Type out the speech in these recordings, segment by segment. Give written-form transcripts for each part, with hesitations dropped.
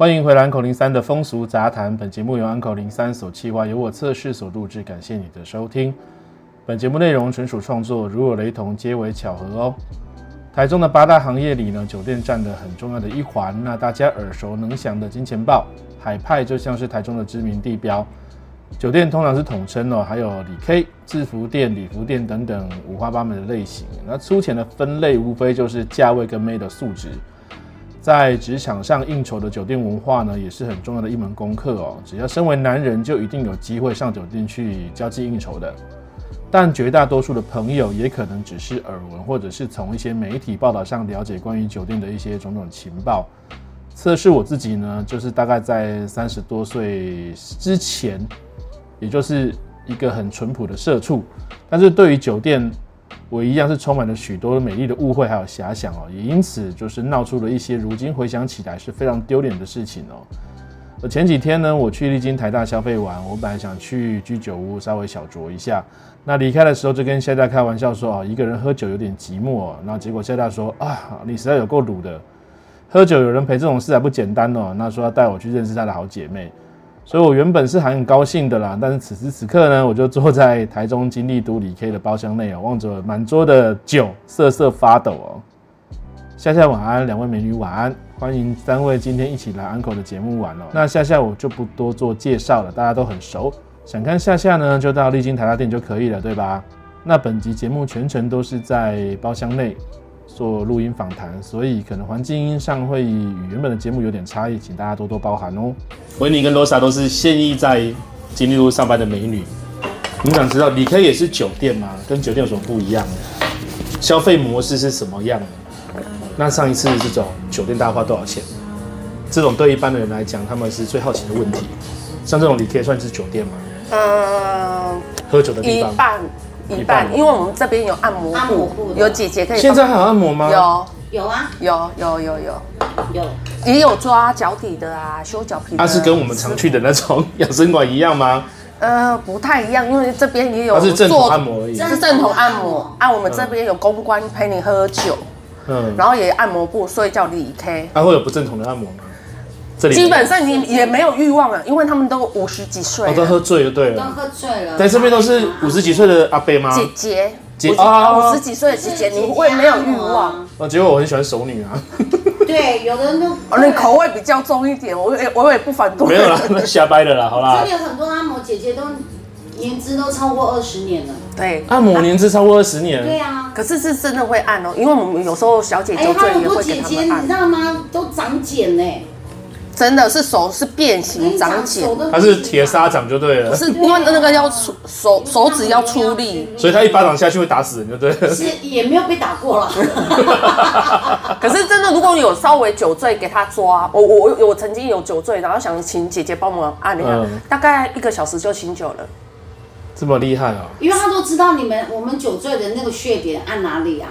欢迎回来Uncle03的风俗杂谈，本节目由Uncle03所企划，由我测试所录制，感谢你的收听。本节目内容纯属创作，如有雷同，皆为巧合哦。台中的8大行业里呢，酒店占了很重要的一环。那大家耳熟能详的金钱豹、海派就像是台中的知名地标。酒店通常是统称哦，还有礼 K、制服店、礼服店等等五花八门的类型。那粗浅的分类无非就是价位跟妹的素质。在职场上应酬的酒店文化呢，也是很重要的一门功课哦。只要身为男人，就一定有机会上酒店去交际应酬的。但绝大多数的朋友也可能只是耳闻，或者是从一些媒体报道上了解关于酒店的一些种种情报。测试我自己呢，就是大概在30多岁之前，也就是一个很淳朴的社畜，但是对于酒店，我一样是充满了许多美丽的误会还有遐想哦，也因此就是闹出了一些如今回想起来是非常丢脸的事情哦。前几天呢，我去历经台大消费完，我本来想去居酒屋稍微小酌一下，那离开的时候就跟夏大开玩笑说哦，一个人喝酒有点寂寞哦，然后结果夏大说啊，你实在有够鲁的，喝酒有人陪这种事还不简单哦，那说要带我去认识他的好姐妹。所以我原本是还很高兴的啦，但是此时此刻呢，我就坐在台中金利都礼 K 的包厢内哦，望着满桌的酒，瑟瑟发抖哦。夏夏晚安，两位美女晚安，欢迎3位今天一起来 Uncle 的节目玩哦。那夏夏我就不多做介绍了，大家都很熟，想看夏夏呢就到丽晶台大店就可以了，对吧？那本集节目全程都是在包厢内做录音访谈，所以可能环境音上会与原本的节目有点差异，请大家多多包涵哦。维尼跟罗莎都是现役在金利都上班的美女，你想知道礼 K 也是酒店吗？跟酒店有什么不一样的？消费模式是什么样的？那上一次这种酒店大概花多少钱？这种对一般的人来讲，他们是最好奇的问题。像这种礼 K 算是酒店吗？喝酒的地方一半，因为我们这边有按摩部，有姐姐可以。 现在还有按摩吗？ 有啊，有，也有抓脚底的啊，修脚皮的。是跟我们常去的那种养生馆一样吗？ 不太一样，因为这边也有。 它是正统按摩而已。 是正统按摩，我们这边有公关陪你喝酒，然后也有按摩部，所以叫礼 K。会有不正统的按摩吗？基本上你也没有欲望了，因为他们都50几岁了， 都喝醉就对了。 都喝醉了。 在这边都是50几岁的阿伯吗？ 姐，50几岁的姐姐，你会没有欲望？ 结果我很喜欢熟女啊。 对，有的人都你口味比较重一点，我也不反对。 没有啦，那瞎掰的啦，好啦。 这里有很多按摩姐姐都年资都超过20年了。 对， 按摩年资超过20年。 对啊。 可是是真的会按哦，因为我们有时候小姐酒醉也会给他们按。 姐姐你知道吗？都长茧呢。 真的是手是变形长茧， 它是铁砂掌就对了。 是因为那个要手指要出力， 所以他一巴掌下去会打死人就对了。 是也没有被打过了。 可是真的，如果有稍微酒醉给他抓，我曾经有酒醉，然后想请姐姐帮我按一下，大概1个小时就醒酒了。 这么厉害啊！ 因为他都知道我们酒醉的那个穴点按哪里啊。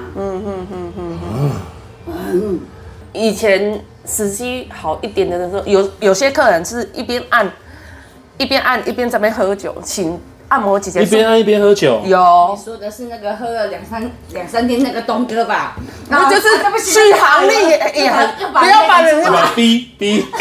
以前时机好一点的时候，有些客人是一边按一边在那边喝酒，请按摩姐姐一边按一边喝酒。 有，你说的是那个喝了两三天那个东哥吧？ 那就是续航力也很，不要把人家逼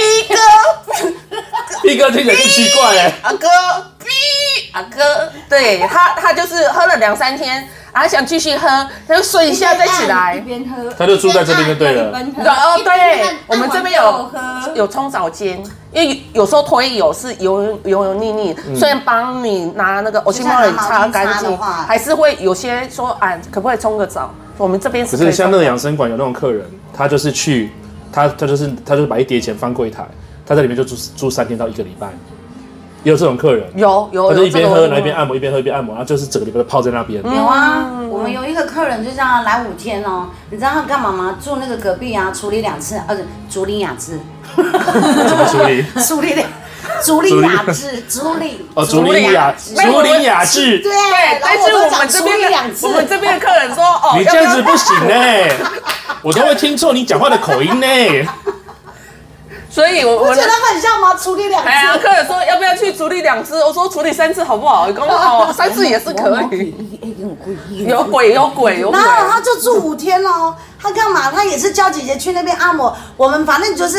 哥听起来很奇怪哎。 阿哥，对他就是喝了2-3天。还想继续喝，他就睡一下再起来， 一边喝， 他就住在这边就对了。 对，我们这边有冲澡间，因为有时候推油是油腻，虽然帮你拿那个欧气毛巾擦干净，还是会有些说可不可以冲个澡？我们这边是可是像那个养生馆有那种客人，他就是去，他就是把一叠钱放柜台，他在里面就住3天到1个礼拜。也有这种客人， 有， 他就一边喝，然后一边按摩，一边喝一边按摩，然后就是整个礼拜都泡在那边。 有啊，我们有一个客人就这样来5天哦，你知道他干嘛吗？住那个隔壁啊，处理2次，竹林雅致。 怎么处理？ 竹林雅致，竹林雅致。 对， 但是我们这边的客人说你这样子不行呢，我都会听错你讲话的口音呢。 所以我觉得很像吗？处理2次。 客人说要不要去处理2次？我说处理3次好不好？你跟我说3次也是可以。有鬼。然后他就住5天哦，他干嘛？他也是叫姐姐去那边按摩。我们反正就是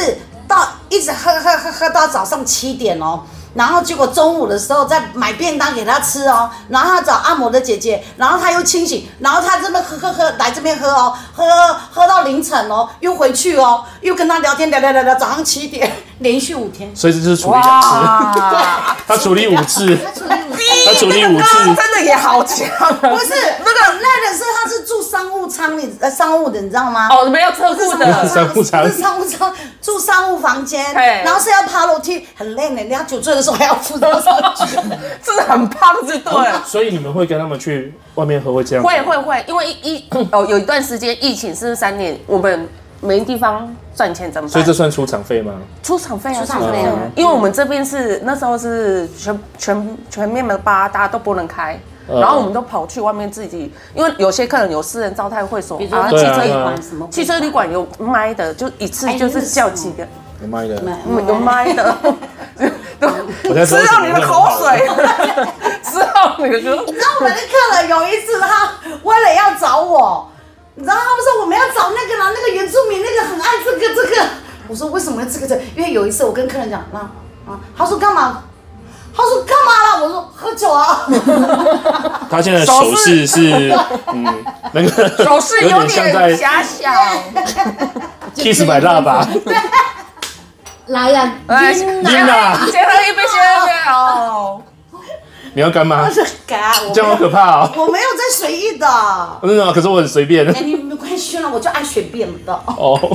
一直喝到早上7点哦。然后结果中午的时候再买便当给他吃哦，然后他找按摩的姐姐，然后他又清醒，然后他这边喝来这边喝哦，喝到凌晨哦，又回去哦，又跟他聊天聊，早上7点，连续5天， 所以这就是处理2次，他处理5次，他处理5次， 真的也好强。 不是那个是他是住商务舱商务的，你知道吗？ 哦，没有车库的商务舱， 不是商务舱，住商务房间，然后是要爬楼梯，很累呢，人家酒醉的时候还要扶到上去， 真的很胖，就对了。 所以你们会跟他们去外面喝，会这样？ 会，因为有一段时间疫情是3年，我们没地方赚钱怎么办？ 所以这算出场费吗？ 出场费啊， 出场费啊， 因为我们这边是那时候是全面的吧，大家都不能开。然后我们都跑去外面自己，因为有些客人有私人招待会所， 比如说汽车旅馆什么， 汽车旅馆有麦的，就一次就是叫几个， 有麦的， 有麦的， 吃到你的口水，吃到你的。你知道我们的客人有一次，他为了要找我，你知道他们说我们要找那个啦，那个原住民那个很爱这个，我说为什么这个？因为有一次我跟客人讲，他说干嘛？他说干嘛啦？我说喝酒啊。 他现在的手势是，那个手势有点狭小。 Kiss my love 吧。 来呀 ，Lina， 先喝一杯，哦。 你要干吗？ 干， 这样好可怕哦。 我没有在随意的。 真的吗？可是我很随便。 你没关系啦，我就爱随便的。 哦。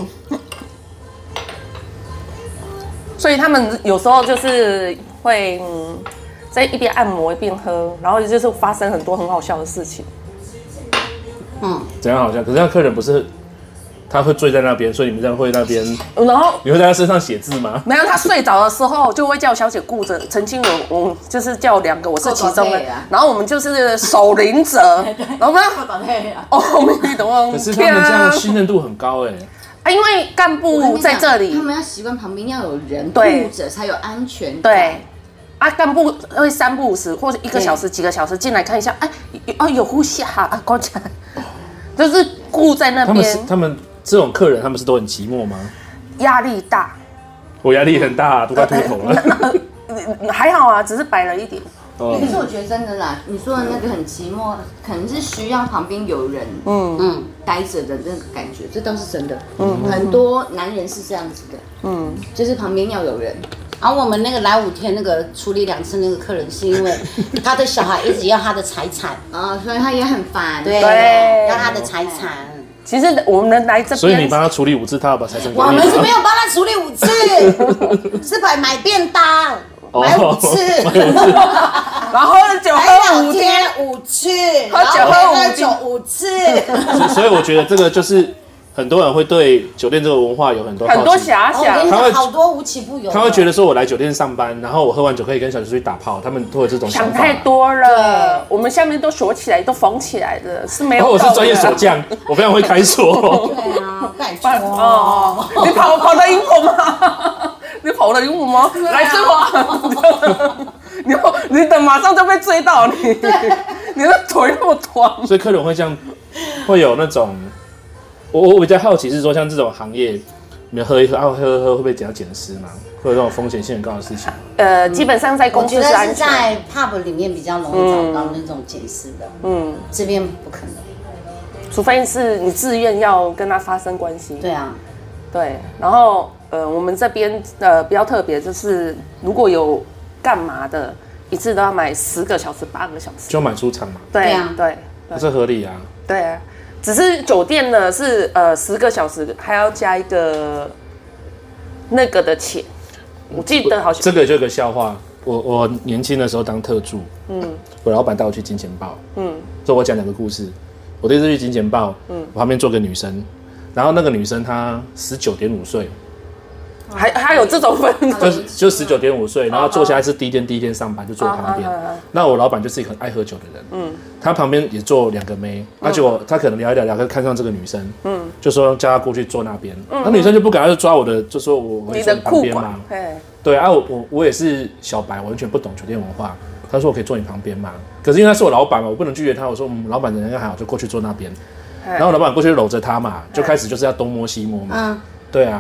所以他们有时候就是会在一边按摩一边喝，然后就是发生很多很好笑的事情。 怎样好笑？可是那客人不是他会醉在那边，所以你们这样会那边， 然后你会在他身上写字吗？ 没有，他睡着的时候就会叫小姐顾着。曾经我就是叫2个，我是其中的，然后我们就是守灵者，然后呢， 可是他们这样信任度很高哎。 因为干部在这里， 他们要习惯旁边要有人顾着才有安全感。 对，干部会3不5时或者1个小时、几个小时进来看一下，有呼吸啊，关起来，就是顾在那边。 他们这种客人，他们是都很寂寞吗？ 压力大， 我压力很大，都快秃头了。 还好啊，只是白了一点。 可是我觉得真的啦，你说的那个很寂寞，可能是需要旁边有人待着的那个感觉，这倒是真的。很多男人是这样子的，就是旁边要有人。 然后我们那个来5天那个处理2次那个客人，是因为他的小孩一直要他的财产所以他也很烦。 对，要他的财产。 其实我们来这边， 所以你帮他处理5次，他要把财产给你。 我们是没有帮他处理5次，是买便当。买5次， 然后喝酒喝5天 5次， 喝酒喝酒5次。 所以我觉得这个就是很多人会对酒店这个文化有很多遐想， 他会好多无奇不有。 他会觉得说我来酒店上班，然后我喝完酒可以跟小姐出去打炮，他们都有这种想法。 想太多了，我们下面都锁起来，都缝起来的，是没有。 我是专业锁匠，我非常会开锁。 对啊，敢说。 你跑得赢我吗？你跑得赢我吗？来追我！你等马上就被追到你的腿那么短。 所以客人会这样，会有那种，我比较好奇是说，像这种行业，你们喝一喝，喝会不会讲捡尸嘛？会有那种风险性很高的事情？ 基本上在公司是安全。 我觉得是在 pub 里面比较容易找到那种捡尸的，这边不可能， 除非是你自愿要跟他发生关系。 对啊， 对，然后我们这边比较特别，就是如果有干嘛的，一次都要买10个小时、8个小时， 就买出场嘛。 对啊，对， 这合理啊。 对啊，只是酒店呢是10个小时还要加一个那个的钱，我记得好像这个就有个笑话。我年轻的时候当特助，我老板带我去金钱豹，所以我讲2个故事。我第一次去金钱豹，我旁边坐个女生，然后那个女生她19.5岁。 还有这种分， 就19.5岁，然后坐下来是第一天上班，就坐我旁边。那我老板就是一个很爱喝酒的人，他旁边也坐2个妹，那结果他可能聊一聊，看上这个女生，就说叫她过去坐那边，那女生就不敢，就抓我的，就说我会坐你旁边嘛。对啊，我也是小白，完全不懂酒店文化。他说我可以坐你旁边嘛，可是因为他是我老板嘛，我不能拒绝他。我说老板人应该还好，就过去坐那边。然后老板过去搂着他嘛，就开始就是要东摸西摸嘛。对啊。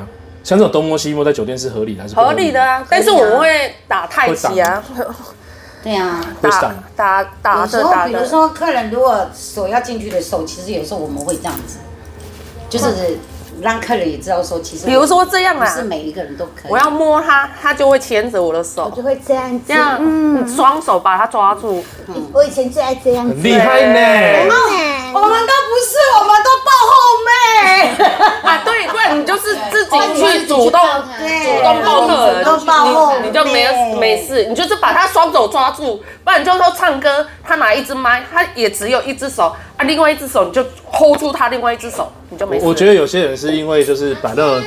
像这种东摸西摸在酒店是合理的还是不合理的啊？但是我们会打太极啊。 对啊， 打有时候比如说客人如果手要进去的时候，其实有时候我们会这样子，就是让客人也知道说，其实比如说这样啊， 不是每一个人都可以。 我要摸他，他就会牵着我的手， 我就会这样子， 这样双手把他抓住。 我以前最爱这样子， 很厉害呢。 我们都不是，我们都抱后妹。 啊，对，不然你就是自己去主动抱客人， 都抱后妹， 你就没事，你就是把他双手抓住，不然你就说唱歌，他拿一支麦，他也只有一只手啊，另外一只手你就 hold 住他另外一只手，你就没事。 我觉得有些人是因为就是把那种，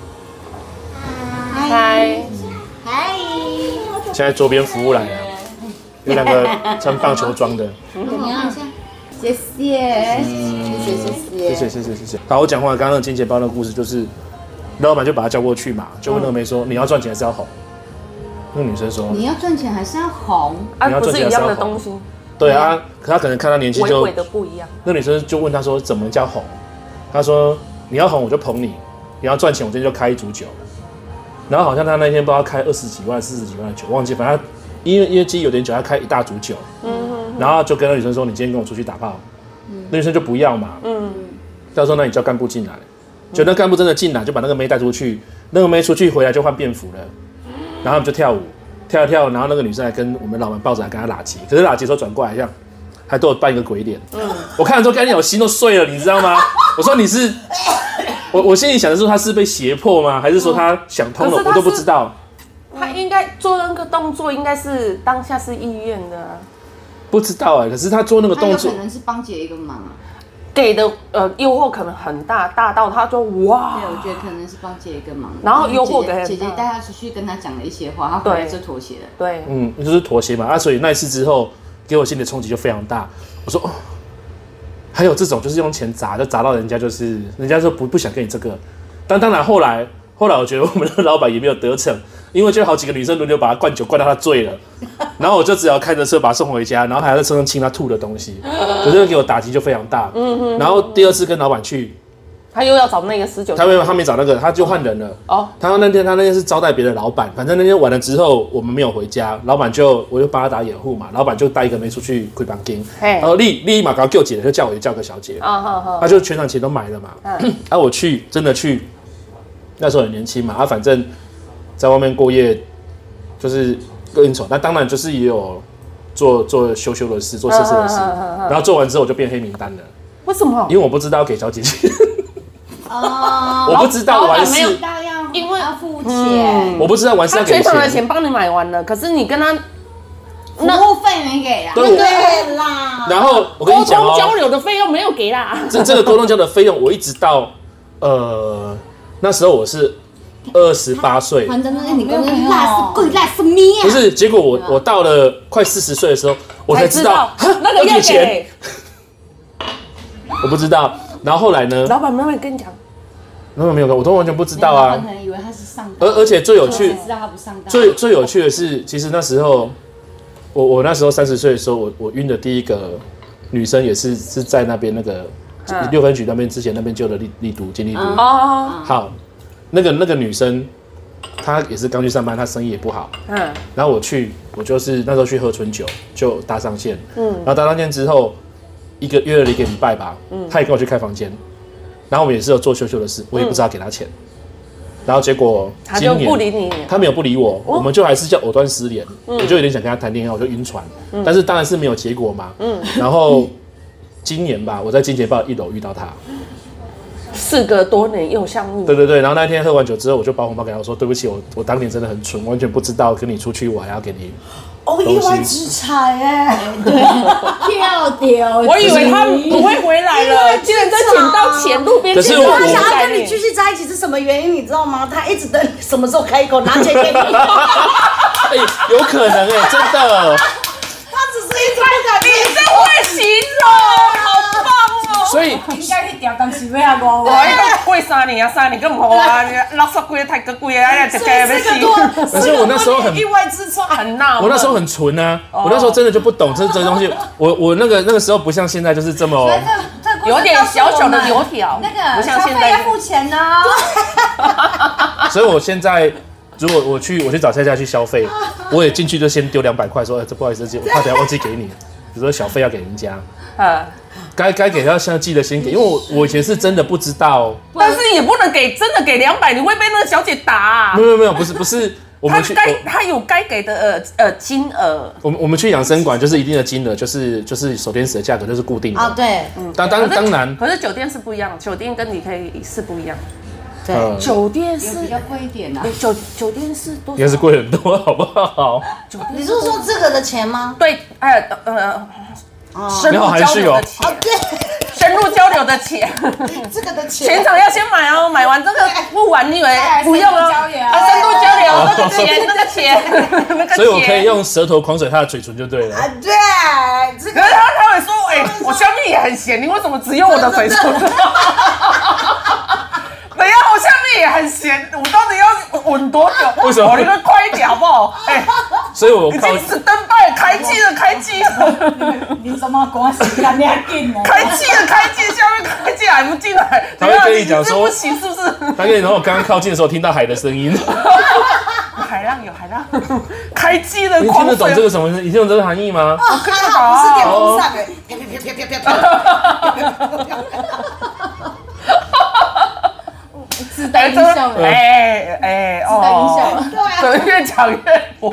嗨， 现在桌边服务来了，有2个穿棒球装的。 你要一下，谢谢。 好，我讲话刚刚那个金钱豹的故事，就是老板就把他叫过去嘛，就问那个妹说：“你要赚钱还是要红？”那个女生说：“ 你要赚钱还是要红？ 啊，不是一样的东西。” 对啊，可他可能看他年纪就微微的不一样。 那女生就问他说：“怎么叫红？”他说：“你要红我就捧你，你要赚钱我今天就开一组酒。”然后好像他那天不知道开20几万、40几万的酒，忘记，反正他因为机有点酒，他开一大组酒。然后就跟那女生说：“你今天跟我出去打炮。”那女生就不要嘛。他说：“那你叫干部进来。”就那干部真的进来，就把那个妹带出去。那个妹出去回来就换便服了，然后他们就跳舞，跳一跳，然后那个女生还跟我们老板抱着来跟他拉鸡，可是拉鸡的时候转过来，这样还都有扮一个鬼脸。我看了之后，干我心都碎了，你知道吗？我说你是，我心里想的是他是被胁迫吗？还是说他想通了？我都不知道。 他应该做那个动作，应该是当下是意愿的、啊。 不知道可是他做那个动作， 可能是帮姐一个忙啊。 给的诱惑可能很大，大到他就哇。 对，我觉得可能是帮姐一个忙。 然后诱惑给姐姐带他出去跟他讲了一些话，他回来就妥协了。 对， 就是妥协嘛。所以那一次之后，给我心理冲击就非常大。我说，还有这种就是用钱砸，就砸到人家，就是人家说不想跟你这个。但当然后来我觉得我们的老板也没有得逞，因为就好几个女生轮流把他灌酒，灌到他醉了。然后我就只要开着车把他送回家，然后还要在车上亲他吐的东西，可是给我打击就非常大。然后第2次跟老板去， 他又要找那个19， 他没找那个，他就换人了。他那天是招待别的老板，反正那天完了之后我们没有回家，老板我就帮他打掩护嘛，老板就带一个妹出去开房间，然后立马给他叫姐，就叫我也叫个小姐，他就全场钱都买了嘛。我真的去，那时候很年轻嘛，反正在外面过夜就是应酬，但当然就是也有做羞的事，做色的事，然后做完之后我就变黑名单了。 为什么？ 因为我不知道给小姐钱。我不知道完事， 因为要付钱， 我不知道完事要给钱。 他全场的钱帮你买完了，可是你跟他服务费没给啦。 对啦。 然后我跟你讲沟通交流的费用没有给啦。 这个沟通交流的费用，我一直到那时候我是28岁， 反正你跟辣是贵辣是咩？ 不是，结果我到了快40岁的时候，我才知道那个要钱， 我不知道。然后后来呢？ 老板没有跟你讲， 没有，我都完全不知道啊。 可能以为他是上当， 而且最有趣， 知道他不上当。 最有趣的是，其实那时候我那时候30岁的时候，我晕的第一个女生也是在那边那个6分局那边之前那边救的金利都。好，那个女生她也是刚去上班，她生意也不好。然后我就是那时候去喝春酒，就搭上线。然后搭上线之后，约了1个礼拜吧，她也跟我去开房间。然后我们也是有做羞羞的事，我也不知道给她钱。然后结果他就不理你， 他没有不理我，我们就还是叫藕断丝连。我就有点想跟他谈恋爱，我就晕船，但是当然是没有结果嘛。然后今年吧，我在金钱豹1楼遇到他 ，4个多年又相遇。 对，然后那天喝完酒之后，我就把红包给他，我说对不起，我当年真的很蠢，完全不知道跟你出去我还要给你。 意外之财哎， 对，跳掉。 我以为他不会回来了，竟然在捡到钱，路边捡到钱。 他想要跟你继续在一起是什么原因？你知道吗？他一直等你什么时候开口拿钱给你。 有可能真的。 他只是一直不敢。 你真会形容，好棒哦！ 所以应该去调，但是要啊我。 我一个过3年啊，3年更唔好啊，60几个太个贵啊，这个要死。 可是我那时候很意外之财， 很闹。 我那时候很纯啊，我那时候真的就不懂这东西。我那个时候不像现在就是这么。 这有点小小的油条， 那个消费要付钱的哦。 所以我现在如果我去找菜价去消费，我也进去就先丢200块，说这不好意思，我怕等下忘记给你。比如说小费要给人家，该给他现在记得先给，因为我以前是真的不知道， 但是也不能真的给200，你会被那个小姐打。 没有，不是。我们去他有该给的金额。 我们去养生馆就是一定的金额，就是手电石的价格就是固定的。 对， 当然。 可是酒店是不一样，酒店跟你可以是不一样。 对， 酒店是比较贵一点啊。 酒店是多少？ 应该是贵很多，好不好？ 你是说这个的钱吗？ 对，深入交流的钱。 对。 深入交流的钱， 这个的钱， 全场要先买哦，买完这个不玩，你以为不用哦？深度交流那个钱， 所以我可以用舌头狂甩他的嘴唇就对了。 对， 可是他会说，我下面也很咸，你为什么只用我的嘴唇？等一下，我下面也很咸，我到底要稳多久？ 为什么？ 你们快一点好不好？ 所以我已经是登拜开机了。 你什么关系啊？你还进呢？ 开机，下面开机还不进来。 他会跟你讲说不行，是不是？ 他跟你说我刚刚靠近的时候听到海的声音。 海浪，开机的。 你听得懂这个什么？你听懂这个含义吗？ 还好不是电风扇自带音效， 自带音效， 怎么越讲越火？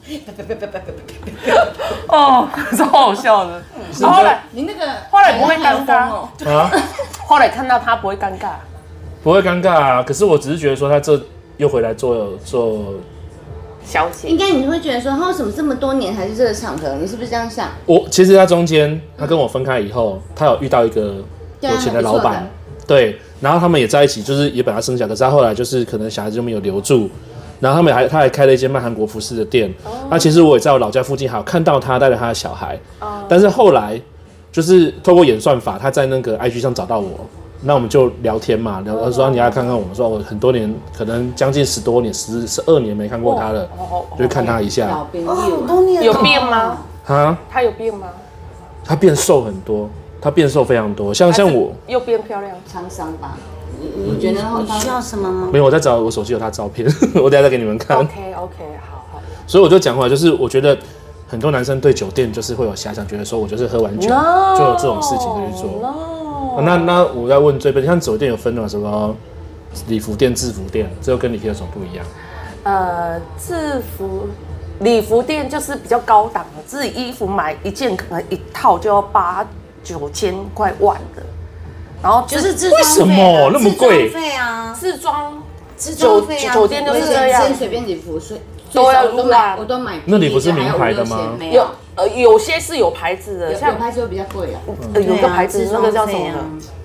超好笑的。后来你那个后来不会尴尬哦。后来看到他不会尴尬， 不会尴尬啊。可是我只是觉得说他这又回来做小姐， 应该你会觉得说他为什么这么多年还是这个场合？你是不是这样想？ 其实他中间他跟我分开以后，他有遇到一个有钱的老板，对。然后他们也在一起，就是也把他生下，可是他后来就是可能小孩子就没有留住，然后他还开了一间卖韩国服饰的店。那其实我也在我老家附近还有看到他带着他的小孩，但是后来就是透过演算法，他在那个 IG 上找到我，那我们就聊天嘛，聊说你要看看我，说我很多年，可能将近10多年、12年没看过他了，就看他一下。 好多年有变吗？他有变吗？ 他变瘦很多。她变瘦非常多，像我又变漂亮， 沧桑吧？你觉得你需要什么吗？ 没有，我在找我手机有她照片，我等一下再给你们看。 OK， 好。 所以我就讲回来，就是我觉得很多男生对酒店就是会有遐想，觉得说我就是喝完酒就有这种事情可以做。那我要问最笨，像酒店有分了什么礼服店、制服店，这又跟礼服有什么不一样？ 制服。礼服店就是比较高档的，自己衣服买一件可能一套就要8、9千块万的，然后就是为什么那么贵？ 自装酒店就是这样， 随便礼服都要我都买。 那礼服是名牌的吗？ 有些是有牌子的， 像有牌子会比较贵啊。 有个牌子那个叫什么？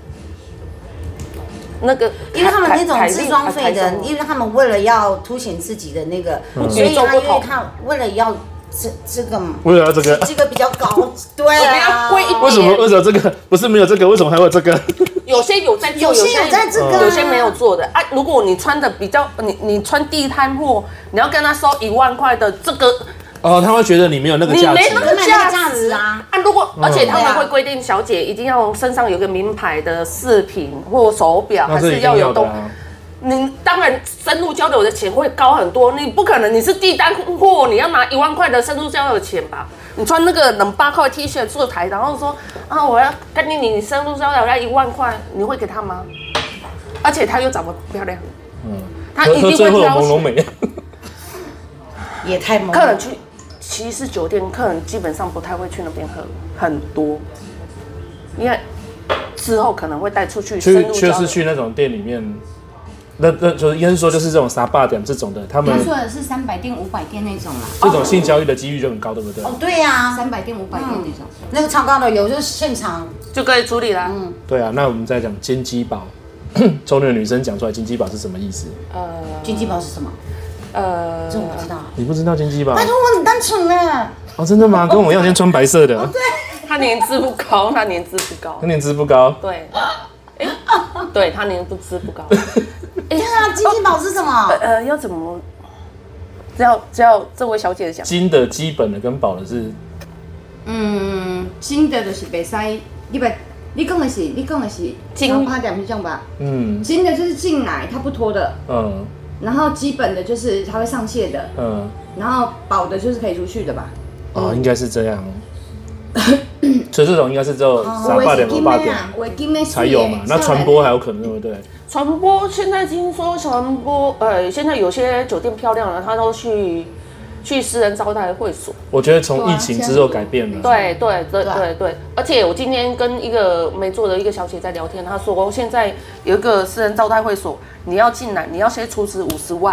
那个， 因为他们那种自装费的，因为他们为了要凸显自己的那个，所以他为了要这个， 为了要这个比较高，对啊， 贵一点。 为什么这个不是没有这个？为什么还有这个？ 有些有在做，有些有在这个，有些没有做的啊。如果你穿的比较，你穿地摊货，你要跟他收1万块的这个。 他会觉得你没有那个价值， 你没那个价值啊！ 如果而且他们会规定，小姐一定要身上有个名牌的饰品或手表，还是要有你当然深入交流的钱会高很多，你不可能你是地摊货，你要拿1万块的深入交流的钱吧？你穿那个冷8块 T 恤坐台，然后说我要跟你深入交流要1万块，你会给他吗？而且他又长得漂亮，他一定会挑选。 也太懵。 客人去。其实酒店客人基本上不太会去那边喝，很多，因为之后可能会带出去深入交流。 就是去那种店里面，那就是应该是说就是这种沙巴店这种的，他说的是300店、500店那种啦。 这种性交易的几率就很高，对不对？ 对呀 ，300店、500店那种， 那个超高的，有就是现场就可以处理啦。 对啊，那我们再讲金鸡堡，中年女生讲出来金鸡堡是什么意思？ 金鸡堡是什么？这我不知道。你不知道金鸡堡？ 拜托我很单纯呢。 真的吗？跟我一样，先穿白色的。 对。 他年资不高， 他年资不高。 对。对他年资不高。 对啊，金鸡堡是什么？ 要怎么？只要这位小姐讲。 金的基本的跟宝的是。 金的就是袂使，你你讲的是小趴点是这样吧？新的就是进来它不脱的，然后基本的就是它会上卸的，然后保的就是可以出去的吧？ 应该是这样。所以这种应该是只有300点、500点才有嘛？那传播还有可能，对不对？ 传播现在听说传播，现在有些酒店漂亮了，他都去私人招待会所。 我觉得从疫情之后改变了。 对，而且我今天跟一个没做的一个小姐在聊天，她说现在有一个私人招待会所，你要进来，你要先出资50万。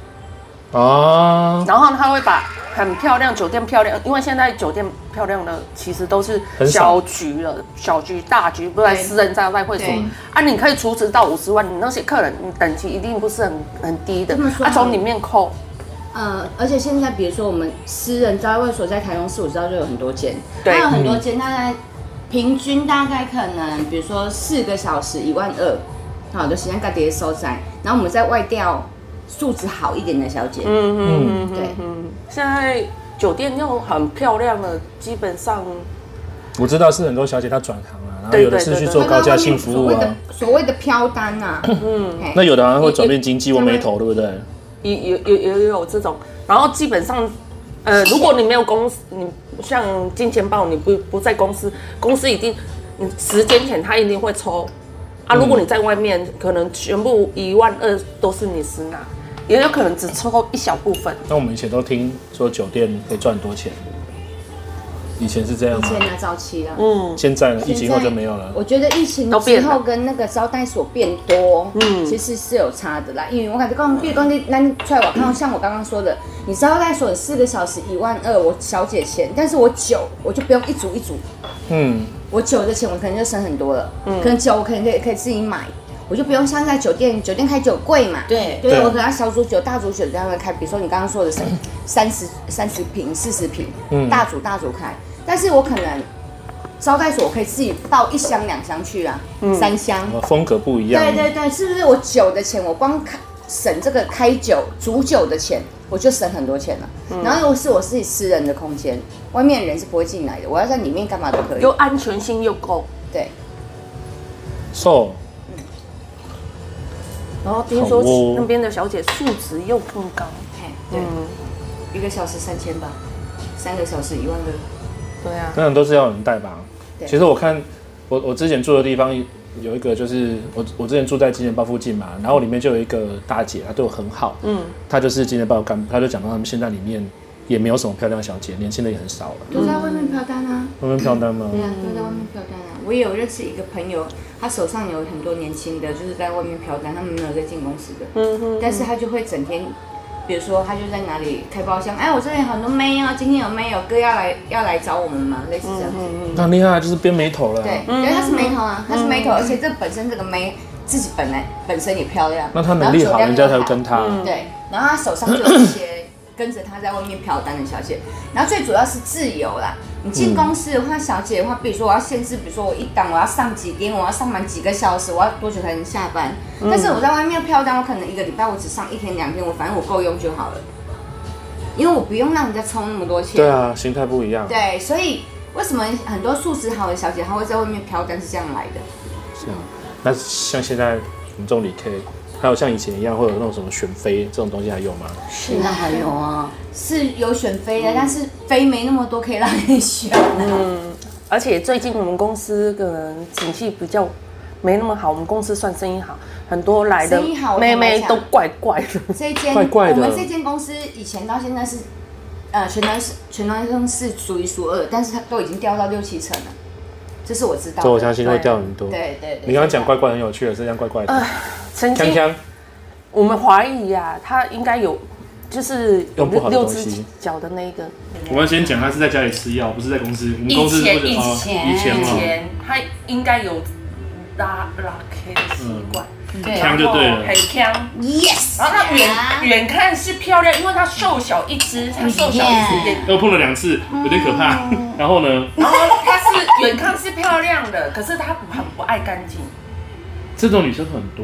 然后他会把很漂亮酒店漂亮，因为现在酒店漂亮的其实都是小局了，小局大局不在私人招待会所你可以出资到50万，你那些客人你等级一定不是很低的，从里面扣。 而且现在比如说我们私人招待会所在台中市，我知道就有很多间，它有很多间，大概平均大概可能比如说4个小时12000，好的时间各地收在，然后我们再外调素质好一点的小姐，对， 现在酒店要很漂亮的，基本上我知道是很多小姐她转行了，然后有的是去做高价性服务所谓的飘单啊， 那有的好像会转变经纪或眉头，对不对？ 也有这种，然后基本上，如果你没有公司，你像金钱豹，你不在公司，公司一定，你时间前他一定会抽。如果你在外面，可能全部12000都是你私拿，也有可能只抽一小部分。 那我们以前都听说酒店可以赚很多钱，以前是这样吗？ 以前早期啊， 现在呢？疫情后就没有了。 我觉得疫情之后跟那个招待所变多，其实是有差的啦。因为我感觉比如说你出来我看到像我刚刚说的，你招待所4个小时12000，我小姐钱，但是我酒我就不用一组一组，我酒的钱我可能就省很多了，可能酒我可能可以自己买，我就不用像在酒店开酒柜嘛，对，我可能要小组酒、大组酒这样开，比如说你刚刚说的30瓶、40瓶，大组开，但是我可能招待所我可以自己倒1箱2箱去啊，3箱， 风格不一样， 对，是不是我酒的钱我光省这个开酒煮酒的钱，我就省很多钱了。然后又是我自己私人的空间，外面人是不会进来的，我要在里面干嘛都可以， 又安全性又够。 对。 然后听说那边的小姐素质又更高。 对，1个小时3000吧，3个小时12000。 对啊。 当然都是要有人带吧。其实我看我之前住的地方。有一个就是我之前住在金钱豹附近嘛，然后里面就有一个大姐，她对我很好，她就是金钱豹干部，她就讲到他们现在里面也没有什么漂亮小姐，年轻的也很少了， 都在外面飘单啊。 外面飘单吗？ 对啊，都在外面飘单啊。我也有认识一个朋友，他手上有很多年轻的，就是在外面飘单，他们没有在进公司的，但是他就会整天。比如说，他就在哪里开包厢，我这里很多妹哦，今天有妹有哥要来找我们吗？类似这样子。 那厉害，就是编眉头了。 对，因为他是眉头啊，他是眉头，而且这本身这个妹自己本身也漂亮。 那他能力好，人家才会跟他。 对，然后他手上就有一些跟着他在外面飘单的小姐，然后最主要是自由啦。你进公司的话，小姐的话，比如说我要限制，比如说我一档我要上几点，我要上满几个小时，我要多久才能下班？但是我在外面飘单，我可能1个礼拜我只上1天2天，反正我够用就好了，因为我不用让人家充那么多钱。 对啊，心态不一样。 对，所以为什么很多素质好的小姐她会在外面飘单是这样来的？ 是啊，那像现在我们这种理 K。还有像以前一样会有那种什么选妃这种东西还有吗？ 现在还有啊，是有选妃的，但是妃没那么多可以让你选。 而且最近我们公司可能景气比较没那么好，我们公司算生意好，很多来的妹妹都怪怪的。 这间怪的， 我们这间公司以前到现在是全台中是数1数2，但是它都已经掉到6、7成了。这是我知道的， 这我相信会掉很多。 对， 你刚刚讲怪怪很有趣的，这样怪怪的。 曾经我们怀疑啊，他应该有就是用不好的 6 东西只脚的那个。 我们先讲，他是在家里吃药，不是在公司。我们公司以前他应该有拉 K 的习惯。 强就对了， 很强 ，yes。 然后他远看是漂亮，因为他瘦小一只， 又碰了2次，有点可怕。然后呢？ 然后他是远看是漂亮的，可是他很不爱干净。 这种女生很多。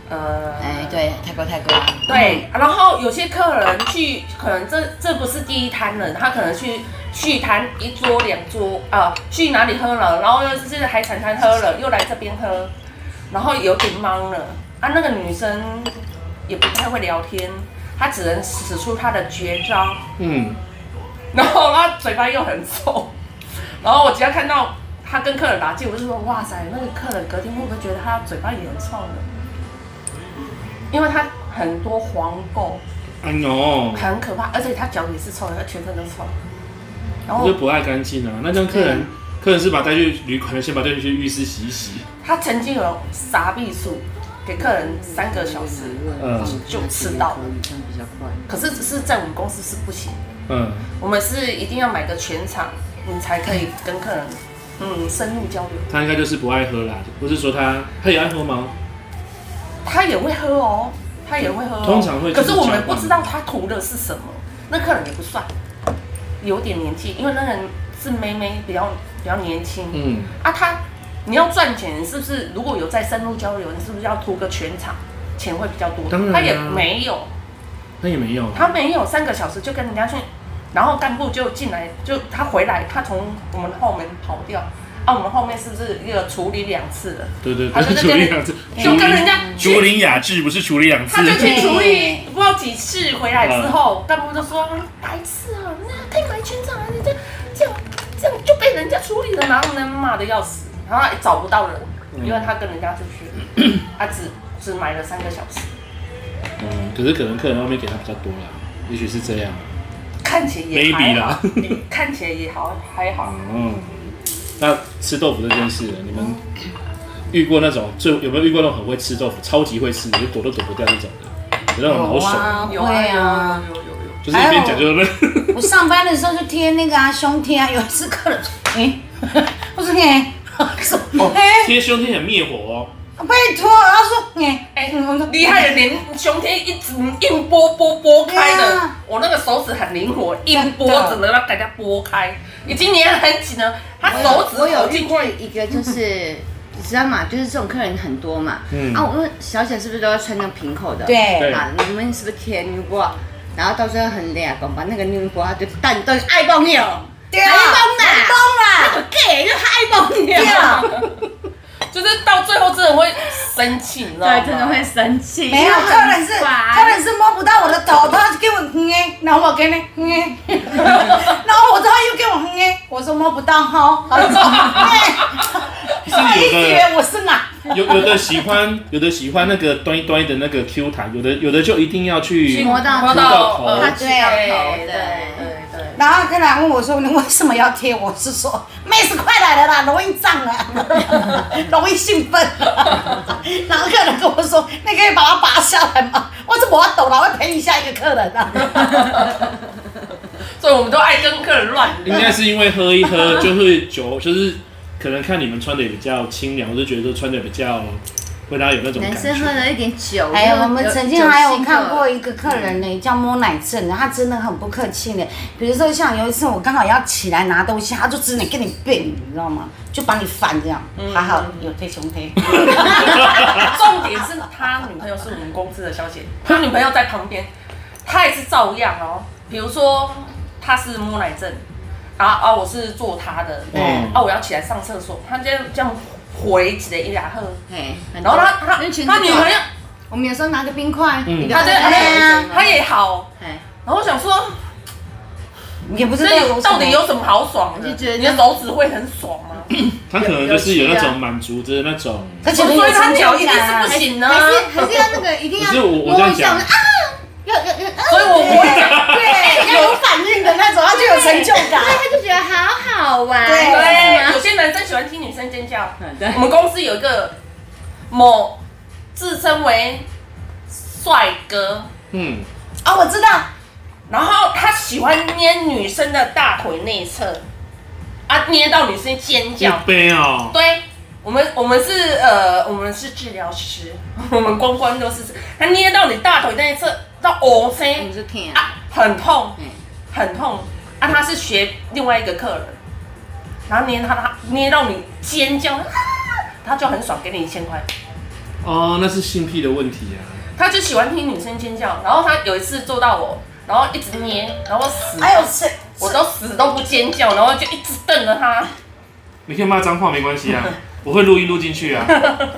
对，泰国啊。 对，然后有些客人去，可能这不是第一摊了，他可能去摊1桌2桌去哪里喝了，然后又是海产摊喝了，又来这边喝，然后有点懵了那个女生也不太会聊天，她只能使出她的绝招，然后她嘴巴又很臭，然后我只要看到她跟客人打架，我就说哇塞，那个客人隔天会不会觉得她嘴巴也很臭呢？因为他很多黄垢，很可怕，而且他脚也是臭的，他全身都臭。 然后就不爱干净啊。那这样客人是把他带去旅馆，先把他带去浴室洗一洗。 他曾经有撒秘术给客人3个小时，就吃到了。可是只是在我们公司是不行的。我们是一定要买个全场，你才可以跟客人深入交流。 他应该就是不爱喝啦，不是说他也爱喝吗？ 他也会喝哦， 通常会。 可是我们不知道他涂的是什么，那客人也不算，有点年纪，因为那人是妹妹，比较年轻。你要赚钱，是不是？如果有在深入交流，你是不是要涂个全场，钱会比较多？ 当然。 他也没有，他没有3个小时就跟人家去，然后干部就进来，就他回来，他从我们后门跑掉。我们后面是不是又处理2次了？ 对，处理2次， 就跟人家处理雅致，不是处理2次。 他就去处理不知道几次，回来之后，干部就说：“白痴啊，那可以买全场啊，你这样就被人家处理了，然后呢骂的要死，然后也找不到人，因为他跟人家出去，他只买了3个小时。 可是可能客人外面给他比较多啦，也许是这样。 看起来也还好，看起来也还好。 那吃豆腐这件事，你们遇过那种有没有遇过那种很会吃豆腐、超级会吃，就躲都躲不掉那种的？有那种老手？ 有啊， 就是一边讲就是。 我上班的时候就贴那个胸贴有一次客人，我说贴胸贴很灭火哦。 拜托，他说， 厉害的连胸贴一直硬剥开的，我那个手指很灵活，硬剥只能让大家剥开，已经粘很紧了，他手指我有遇过一个就是，你知道吗？就是这种客人很多嘛，我问小姐是不是都要穿那种平口的？ 对， 你们是不是贴牛波？然后到时候很累啊，把那个牛波就蛋都爱崩了， 对啊， 那个 gay 就爱崩了。 就是到最后真的会生气，你知道吗？ 对，真的会生气。 没有，客人是摸不到我的头，他给我然后我给你然后我之后又给我我说摸不到哈，他说是以为我是哪？ 有的喜欢那个端的那个 Q 弹，有的就一定要去摸到头， 他对。然后客人问我说：“你为什么要贴？”我是说：“妹子快来了啦，容易胀啊，容易兴奋。”然后客人跟我说：“你可以把它拔下来吗？”我说：“我要抖了，会陪你下一个客人啊。” 所以我们都爱跟客人乱。 应该是因为喝一喝就是酒，就是可能看你们穿的也比较清凉，我就觉得穿的比较。会让他有那种感觉。 男生喝了一点酒。 哎呀，我们曾经还有看过一个客人呢，叫摸奶症的，他真的很不客气的。比如说像有一次我刚好要起来拿东西，他就只能跟你并，你知道吗？就把你翻这样。还好有贴胸贴。 重点是他女朋友是我们公司的小姐，他女朋友在旁边，他也是照样哦。比如说他是摸奶症，我是做他的，我要起来上厕所，他这样。回起来一俩喝，然后他女朋友， 我们有时候拿个冰块， 他也好，然后我想说， 也不是到底有什么好爽的？你的手指会很爽吗？ 他可能就是有那种满足的那种， 所以他脚一定是不行的， 还是要那个一定要我这样讲啊。 所以我不会讲， 对，要有反应的那种，他就有成就感， 对，他就觉得好好玩。 对，有些男生喜欢听女生尖叫。我们公司有一个某自称为帅哥， 我知道， 然后他喜欢捏女生的大腿内侧，捏到女生尖叫。 对哦。 对。我们是治疗师，我们关都是他捏到你大腿内侧到声，很痛，很痛。他是学另外一个客人，然后捏到你尖叫，他就很爽，给你1000块。 哦，那是性癖的问题啊。 他就喜欢听女生尖叫，然后他有一次揍到我，然后一直捏，然后我都死都不尖叫，然后就一直瞪着他。 你可以骂脏话没关系啊，我会录音录进去啊。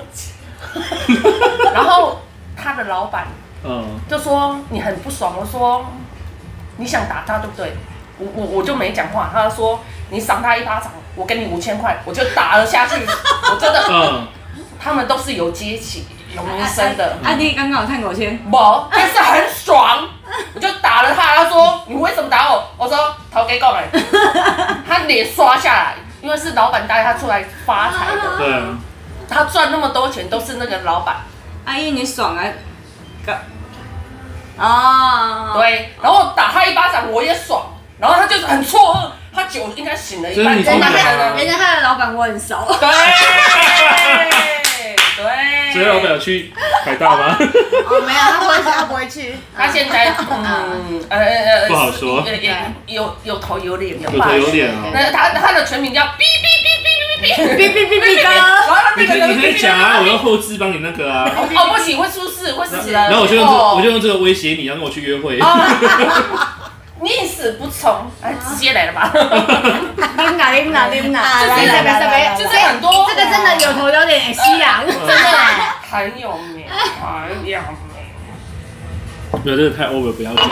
然后他的老板就说你很不爽，我说你想打他对不对？我就没讲话，他说你赏他一巴掌，我给你5000块，我就打了下去。我真的，他们都是有阶级、有名声的。 你刚刚有看5000？ 没，但是很爽，我就打了他。他说你为什么打我？我说头给讲哎，他脸刷下来，因为是老板带他出来发财的。 对， 他赚那么多钱都是那个老板。 阿姨你爽啊！哦， 对，然后打他一巴掌，我也爽。然后他就是很错愕，他酒应该醒了一半。 人家他的老板我很熟。 对。 所以老板有去百大吗？ 哦，没有，他不会去。 他现在不好说。 有头有脸， 有头有脸啊。 那他的全名叫哔哥。 你可以讲啊，我要后置帮你那个啊。 哦，不行，会出事，会死人。 然后我就用这个威胁你，要跟我去约会。 宁死不从，直接来了吧。 拎哪， 就是很多， 这个真的有头有脸，西洋，真的很有名，很有名。 没有，这个太 over， 不要讲。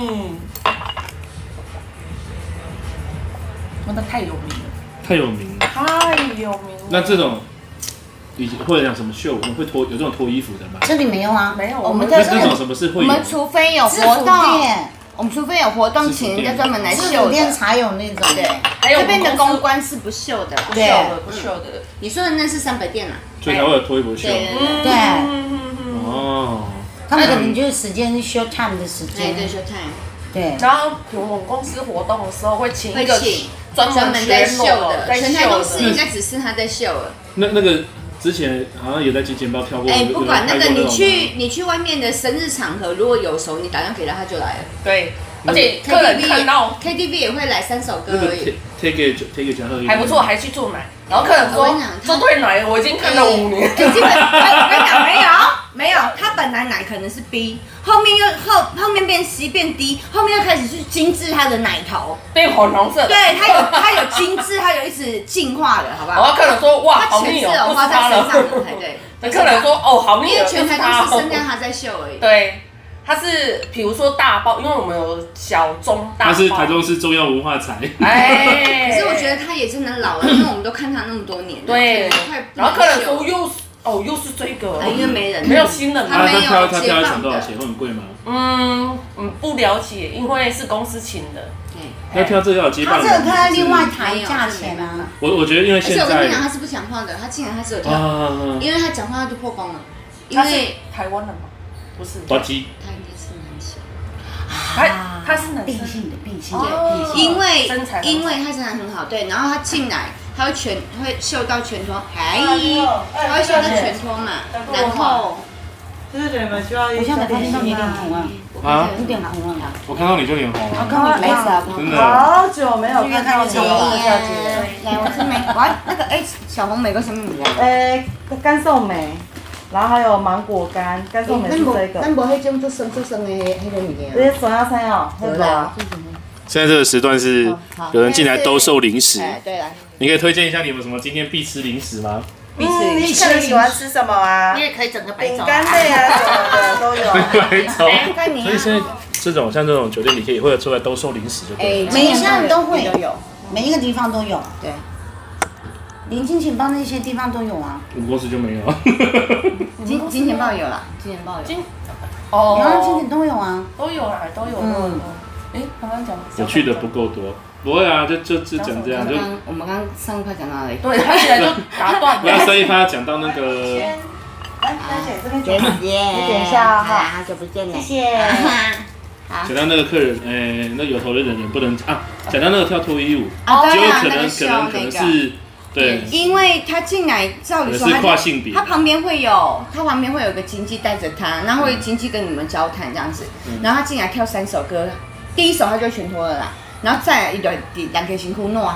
那太有名了。 太有名了。 太有名了。 那这种，以前会讲什么秀？我们会有这种脱衣服的吗？ 这里没有啊， 没有。 我们那种什么是会有？ 我们除非有活动。我们除非有活动，请人家专门来秀的， 店才有那种。 对，这边的公关是不秀的， 不秀的。 你说的那是300店啦， 所以才会有脱衣服秀。 对。 哦。 他们可能就是时间 show time 的时间。 对 show time。 对。 然后我们公司活动的时候会请一个专门在秀的，全台公司应该只是他在秀了。 那个。之前好像也在金钱豹跳过。 不管那个，你去外面的生日场合，如果有熟，你打电话给他，他就来了。 对，而且客人看到 KTV 也会来3首歌而已。 Take it 还不错，还去做奶。然后客人说这对奶我已经看了5年。 基本我跟你讲没有，他本来奶可能是 B， 后面变 C 变 D， 后面又开始去精致他的奶头， 变粉红色。 对，他有精致，他有一直进化的，好不好？ 然后客人说哇，好腻哦， 有花在身上的才对。 那客人说哦，好腻哦， 因为全台都是剩下他在秀而已。 对。它是比如说大包，因为我们有小中大包。 它是台中市重要文化财。 可是我觉得他也真的老了，因为我们都看他那么多年。 对。然后客人说又是这个， 因为没人， 没有新人。 他没有他挑想多少钱？会很贵吗？ 不了解，因为是公司请的。 要挑这个要有接棒人。 他这个他另外谈价钱啊。 我觉得因为现在。 而且我跟你讲，他是不讲话的，他进来他只有跳，因为他讲话他就破功了。因为台湾人嘛。不是， 滑稽。 他应该是男生， 他是男生，变性对，因为他身材很好，对，然后他进来，他会秀到全脱，他会秀到全脱嘛，然后就是你们需要一下。我现在看到你脸红啊，你脸红了。 我看到你就脸红了。 我看到没事， 真的。 好久没有看到你了，小姐。 来，我是我要那个小红莓跟什么名字？ 甘寿莓。然后还有芒果干寿莓是这个。 咱无迄种做生的迄个物件。 这些手摇餐哦，对吧？ 现在这个时段是有人进来兜售零食。 对啦。 你可以推荐一下你们什么今天必吃零食吗？ 你看你喜欢吃什么啊？ 你也可以整个白粥。 干类啊什么的都有。 白粥。所以现在像这种酒店，你可以会出来兜售零食就对了。 每一项都会有，每一个地方都有。 对。 连金钱豹那些地方都有啊， 我们公司就没有。 金钱豹有啦，金钱豹有。 有啊，金钱都有啊， 都有啦，都有。刚刚讲我去的不够多，不会啊，就讲这样就。 我们刚上一趴讲到哪里？ 对，他起来就打断。 不要上一趴讲到那个。 来，姐这边姐， 你点一下哈， 好久不见了， 谢谢。 讲到那个客人，那有头的人不能啊。讲到那个跳脱衣舞， 就可能是。对， 因为他进来，照理说他旁边会有一个经纪带着他，然后会经纪跟你们交谈这样子，然后他进来跳3首歌，第1首他就全脱了啦，然后再来一段2个辛苦弄啊，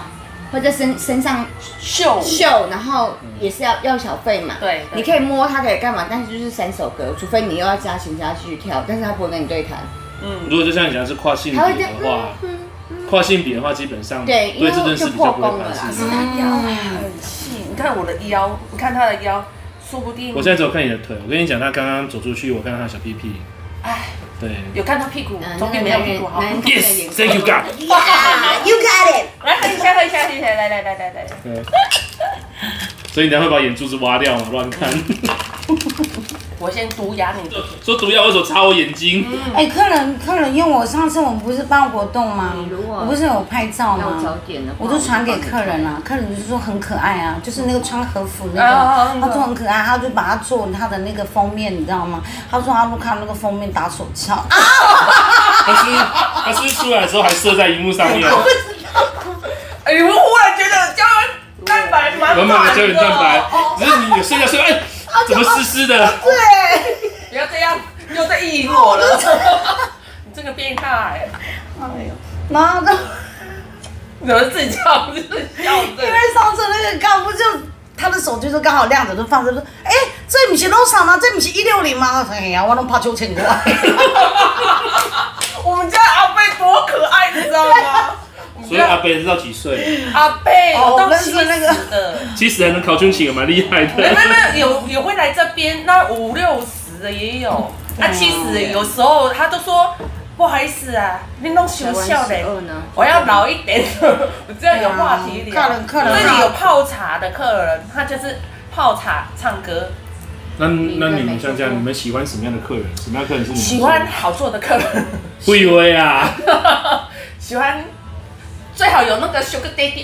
或者身上秀，然后也是要小费嘛。 对， 你可以摸他，可以干嘛？但是就是3首歌，除非你又要加钱加去跳，但是他不会跟你对谈。 如果就像你讲是跨性别的话，跨性别的话基本上对这件事比较不会发可是生。 他腰很细，你看我的腰，你看他的腰，说不定。 我现在只有看你的腿，我跟你讲，他刚刚走出去，我看到他小屁屁。 哎， 对， 有看到屁股，总比没有屁股好。 Yes, thank you God. You got it。 来喝一下，来。 对。所以你等下会把眼珠子挖掉吗？乱看。 我先毒哑你。 说毒药为什么插我眼睛？ 哎，客人用我上次我们不是办活动吗？我不是有拍照吗？我就传给客人啊，客人就说很可爱啊，就是那个穿和服那个，他说很可爱，他就把它做他的那个封面，你知道吗？他说他不看那个封面打手枪啊。 他是出来的时候还射在荧幕上面。 哎，你们忽然觉得胶原蛋白满满的胶原蛋白，只是你有睡觉睡，哎，怎么湿湿的？ 对， 不要这样，又在意淫我了。你这个变态！ 哎呦，妈的！ 怎么自己笑？就是笑因为上次那个刚不就他的手机就刚好亮着，就放着说，哎，这不是多少吗？这不是160吗？哎呀，我都怕9000块。 我们家阿贝多可爱，你知道吗？ 所以阿贝知道几岁？ 阿贝有到 70的 ，70还能考军情，蛮厉害的。 没有也会来这边，那50、60的也有，那70有时候他都说不好意思啊，你弄羞笑嘞，我要老一点，我这样有话题聊。客人，这里有泡茶的客人，他就是泡茶唱歌。 那你们像这样，你们喜欢什么样的客人？什么样的客人是你们喜欢好做的客人？ 不以为啊， 喜欢最好有那个 Sugar Daddy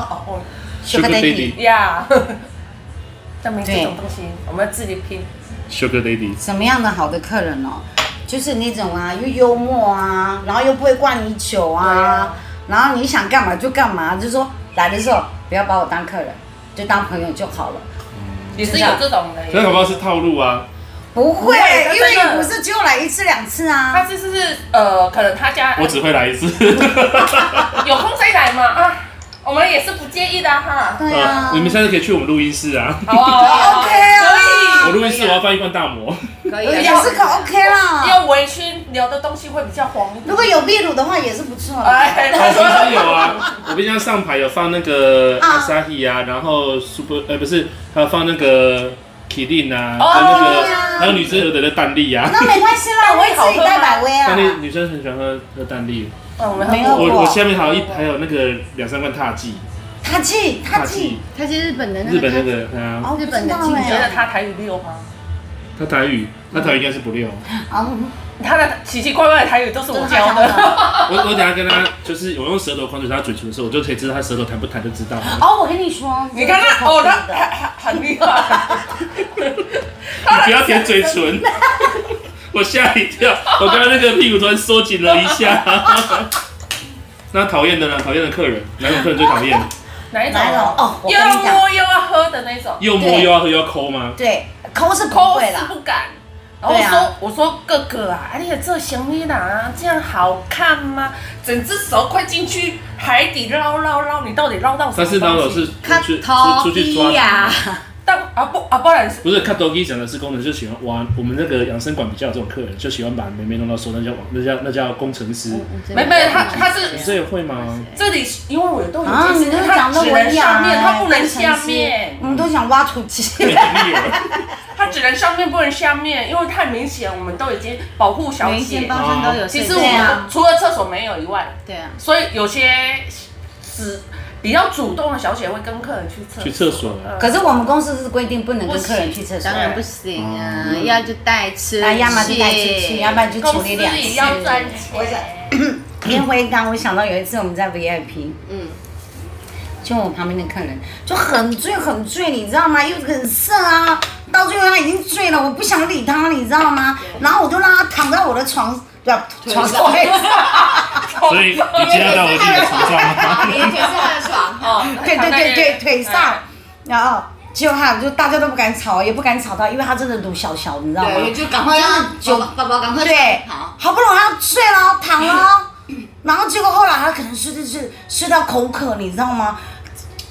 Sugar Daddy 呀，但没这种东西，我们要自己拼。 Sugar Daddy 什么样的好的客人哦？就是那种啊，又幽默啊，然后又不会灌你酒啊，然后你想干嘛就干嘛，就是说来的时候不要把我当客人，就当朋友就好了。 也是有这种的， 可是搞不好是套路啊。 不会，因为你不是只有来1次2次啊。 他就是可能他家我只会来1次。 有空再来嘛啊，我们也是不介意的哈。 对啊， 你们下次可以去我们录音室啊。 好啊 ，OK 啊， 可以。 我录音室我要放一罐大魔。 可以， 也是可 OK 啦。 要微醺聊的东西会比较黄一点。 如果有秘鲁的话也是不错啦。 我冰箱有啊，我冰箱上排有放那个 Asahi 啊，然后 Super 不是，还有放那个 Kirin 啊，跟那个还有女生有的蛋力啊。 那没关系啦，我会自己带百威啊。 蛋力女生很喜欢喝蛋力。 没有我下面还有那个2-3罐踏剂。 踏剂日本的那个。 日本那个哦， 日本的你觉得他台语溜吗？ 他台语应该是不溜。 他的奇奇怪怪的台语都是我教的。 我等下跟他，就是我用舌头控制他嘴唇的时候，我就可以知道他舌头弹不弹，就知道。 哦，我跟你说， 你看他他很厉害。 你不要舔嘴唇，我吓一跳，我刚刚那个屁股突然缩紧了一下。那讨厌的呢？讨厌的客人，哪种客人最讨厌？ 哪一种？ 哦， 又要摸又要喝的那种。 又摸又要喝又要抠吗？ 对，抠是不会啦， 不敢。然后我说哥哥啊，你也这行李啦，这样好看吗？整只手快进去海底捞，你到底捞到什么东西？ 但是捞的是出去抓呀。 但不然不是看 Doggy 讲的是工程师喜欢挖，我们那个养生馆比较有这种客人，就喜欢把妹妹弄到手，那叫工程师。 没，他是你这也会吗？ 这里因为我都有见识，他只能上面，他不能下面。 我们都想挖土机。 他只能上面不能下面，因为太明显，我们都已经保护小姐。 包厢都有。 其实我们除了厕所没有以外， 对啊， 所以有些比较主动的小姐会跟客人去厕所。 可是我们公司是规定不能跟客人去厕所， 当然不行啊，要就带吃， 要么就带出去，要不然就处理2次。 要赚钱。 烟灰缸，我想到有一次我们在 VIP，就我旁边的客人就很醉，你知道吗？又很色啊，到最后他已经醉了，我不想理他，你知道吗？然后我就让他躺在我的床上。 所以你接到我自己的床上吗？ 你的腿是他的床， 对，腿上，然后结果就大家都不敢吵，也不敢吵他，因为他真的肚小，你知道吗？ 对，就赶快让宝宝赶快对，好不容易他睡了，躺了，然后结果后来他可能睡到口渴，你知道吗？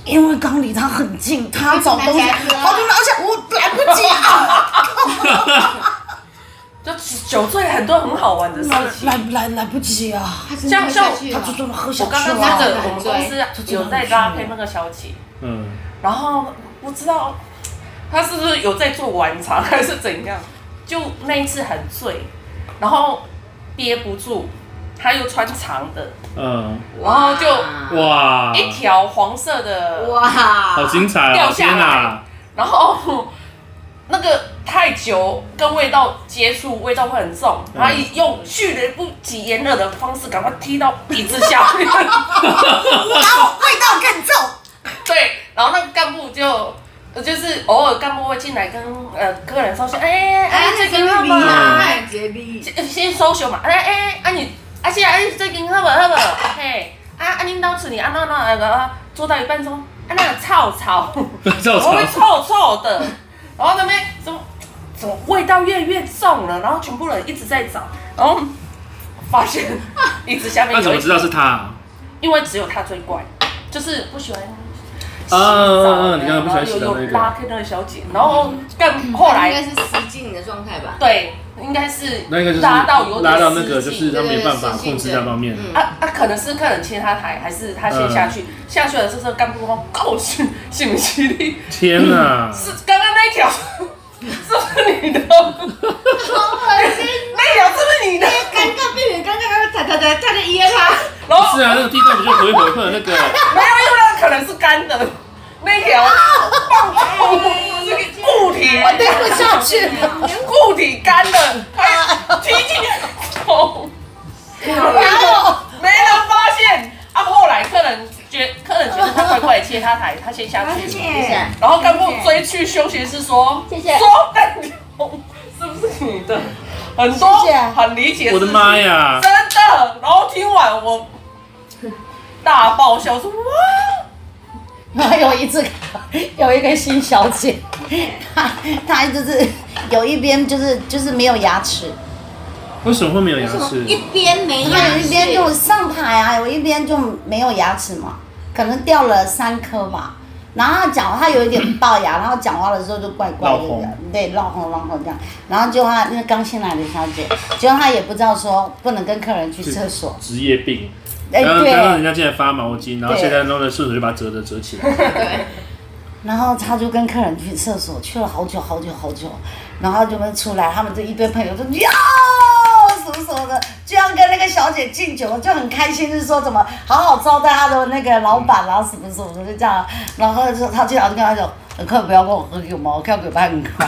因为刚离他很近，他找东西，他就拿起来，我来不及啊！ 就酒醉很多很好玩的事情， 来不及啊！ 像他就真的喝下去了。 我刚刚那个我们公司有在搭配那个小姐，然后不知道他是不是有在做晚场还是怎样，就那一次很醉，然后憋不住，他又穿长的，然后就一条黄色的， 好精彩掉下来，然后那个太久跟味道接触，味道会很重，他用去雷不及掩耳的方式赶快踢到椅子下面，然后味道更重。 对，然后那个干部就是偶尔干部会进来跟客人收钱，这间好不好？先收钱嘛，这间好不好？嘿，恁兜厝里那做到一半说，那个臭，然后会臭的，然后那边怎么味道越来越重了，然后全部人一直在找，然后发现椅子下面有。 那怎么知道是他？ 因为只有他最怪，就是不喜欢。 你刚刚不喜欢洗澡那个拉开那个小姐，然后后来应该是失禁的状态吧？ 对，应该是拉到有那个，就是他没办法控制那方面。 可能是客人切他台，还是他先下去？下去的时候干部说：“高兴，信不信你？” 天哪！ 是刚刚那一条，是不是你的？ 好恶心！ 那条是不是你的？ 尴尬，避免尴尬，他就噎他。 然后是啊，那个地上不就回的那个？没有， 因为那可能是干的。那条棒球这个固体， 我掉不下去， 固体干的，还踢进头，没人发现。后来客人觉得他怪怪切他台，他先下去，然后干部追去休息室说：“说蛋筒是不是你的？”很多很理解。 我的妈呀！ 真的。然后听完我大爆笑说：“哇！” 然后有一次，有一个新小姐，她就是有一边就是没有牙齿。 为什么会没有牙齿？ 一边没牙齿， 有一边就上台啊，有一边就没有牙齿嘛，可能掉了3颗吧。然后她有一点龅牙，然后讲话的时候就怪怪的，对，闹红这样。然后就她那刚新来的小姐，结果她也不知道说不能跟客人去厕所， 职业病。 刚刚人家进来发毛巾，然后现在弄的顺手就把它折起来。 对。 然后他就跟客人去厕所，去了好久，然后就们出来，他们这一堆朋友就哟什么的，就要跟那个小姐敬酒，就很开心，就是说怎么好好招待他的那个老板啊什么的，就这样。然后他进来就跟他讲，客人不要跟我喝酒嘛，我跳给他很快。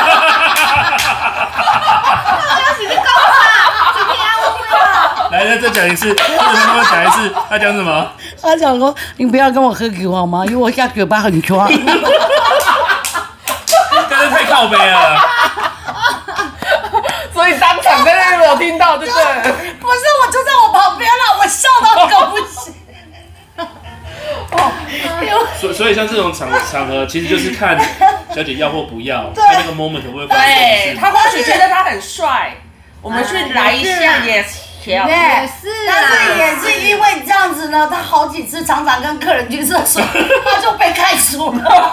来，再讲一次，再讲一次，他讲什么？ 他讲说：“你不要跟我喝酒好吗？因为我下酒吧很快。” 真的太靠北了。 所以当场在那边有听到，对不对？ 不是，我就在我旁边了，我笑到狗不行。 所以像这种场合，其实就是看小姐要或不要，看那个 moment 会不会发生。 对，他或许觉得他很帅，我们去来一下也是。 也是， 但是也是因为这样子呢，他好几次常常跟客人去厕所，他就被开除了。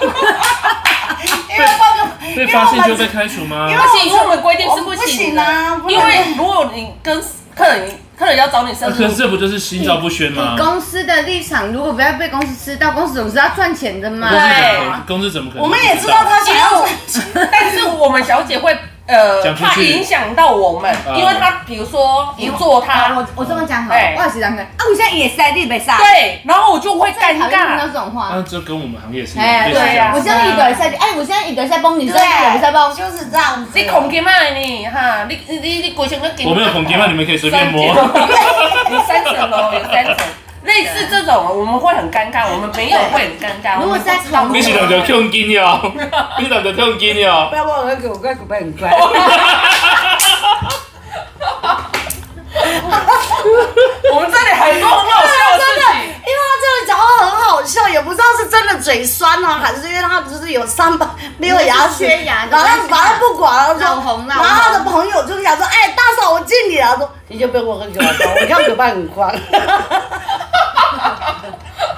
被发现就被开除吗？ 不行，因为我们规定是不行啊。因为如果你跟客人要找你申诉， 可是这不就是心照不宣吗？ 公司的立场，如果不要被公司知道，公司总是要赚钱的嘛。 对， 公司怎么可能？ 我们也知道他想要赚钱，但是我们小姐会。怕影响到我们，因为他比如说一做他， 我这么讲好，我也是这样讲。我现在也塞，你没塞。 对，然后我就会尴尬。 那种话， 这跟我们行业是一样。 对呀， 我现在一个人塞，我现在一个人塞帮你，你也不塞帮， 就是这样子。 你恐惊嘛你哈，你鬼想跟我没有恐惊嘛，你们可以随便摸。 你3层楼有3层。类似这种我们会很尴尬，我们没有会很尴尬。 如果在同你是两个痛经哟，你两个痛经哟。 不要帮我喝酒，我快很快。 我们这里很多很好笑的事情， 因为他这里讲话很好笑，也不知道是真的嘴酸呢，还是因为他不是有没有牙齿，然后他把他不管了， 老红了。 然后他的朋友就想说：“哎，大嫂，我敬你了。”说：“你就不用我喝酒了，我跳酒吧很快。”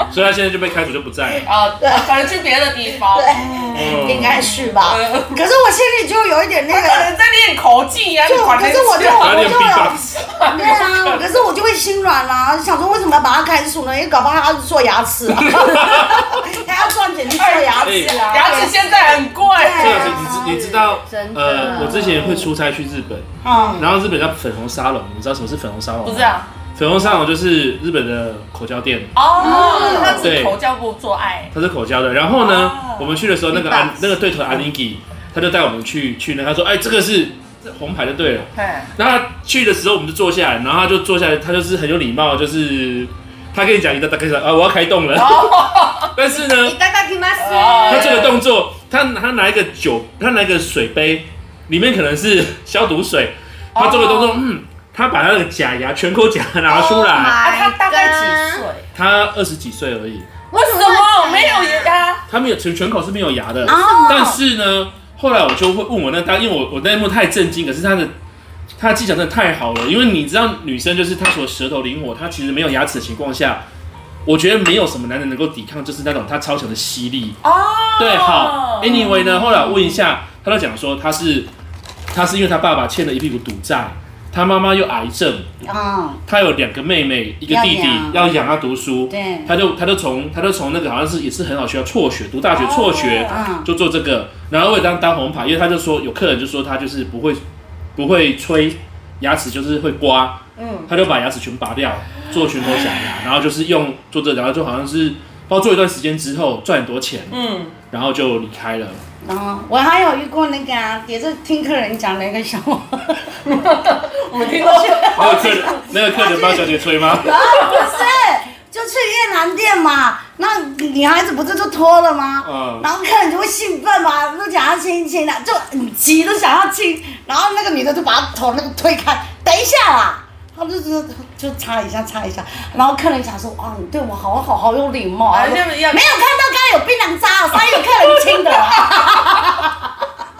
所以他现在就被开除就不在了。 啊，可能去别的地方。 对，应该是吧。可是我心里就有一点那个， 可能在练口技啊。 可是我就有， 对啊，可是我就会心软啦，想说为什么要把他开除呢？因为搞不好他是做牙齿啊，他要赚钱去做牙齿啊。 牙齿现在很贵。 你知道，我之前会出差去日本，然后日本叫粉红沙龙，你知道什么是粉红沙龙？ 不知道。 粉红沙龙就是日本的口交店哦，他是口交不做爱， 他是口交的。然后呢，我们去的时候，那个对头安妮基，他就带我们去那，他说，哎，这个是红牌就对了。然后他去的时候，我们就坐下来，然后他就坐下来，他就是很有礼貌，就是他跟你讲，大概说啊，我要开动了。但是呢，他这个动作，他拿一个水杯，里面可能是消毒水，他做的动作，他把他的假牙全口假拿出来。 他大概几岁？ 他20几岁而已。 为什么没有牙？ 他没有全口是没有牙的。但是呢，后来我就会问我那因为我那一幕太震惊，可是他的技巧真的太好了。因为你知道女生就是她除了舌头灵活，她其实没有牙齿的情况下，我觉得没有什么男人能够抵抗，就是那种她超强的吸力。对，好 ，anyway 呢，后来我问一下，他就讲说他是因为他爸爸欠了一屁股赌债。他妈妈又癌症，他有2个妹妹，一个弟弟，要养他读书。 对， 他就从那个好像是也是很好学校辍学，读大学辍学，就做这个。然后为了当红牌，因为他就说有客人就说他就是不会吹，牙齿就是会刮，他就把牙齿全拔掉，做全口假牙，然后就是做这，然后就好像是不知道做一段时间之后赚很多钱，然后就离开了。 我还有遇过那个也是听客人讲的一个笑话， 我们听过那个客人帮小姐吹吗？ 不是，就去越南店嘛，那女孩子不是就脱了吗？然后客人就会兴奋嘛，就想要亲亲的，就很急的想要亲，然后那个女的就把他头那个推开，等一下啦。他就擦一下，然后客人想说，你对我好有礼貌啊！没有看到刚刚有槟榔渣，所以有客人亲的啦。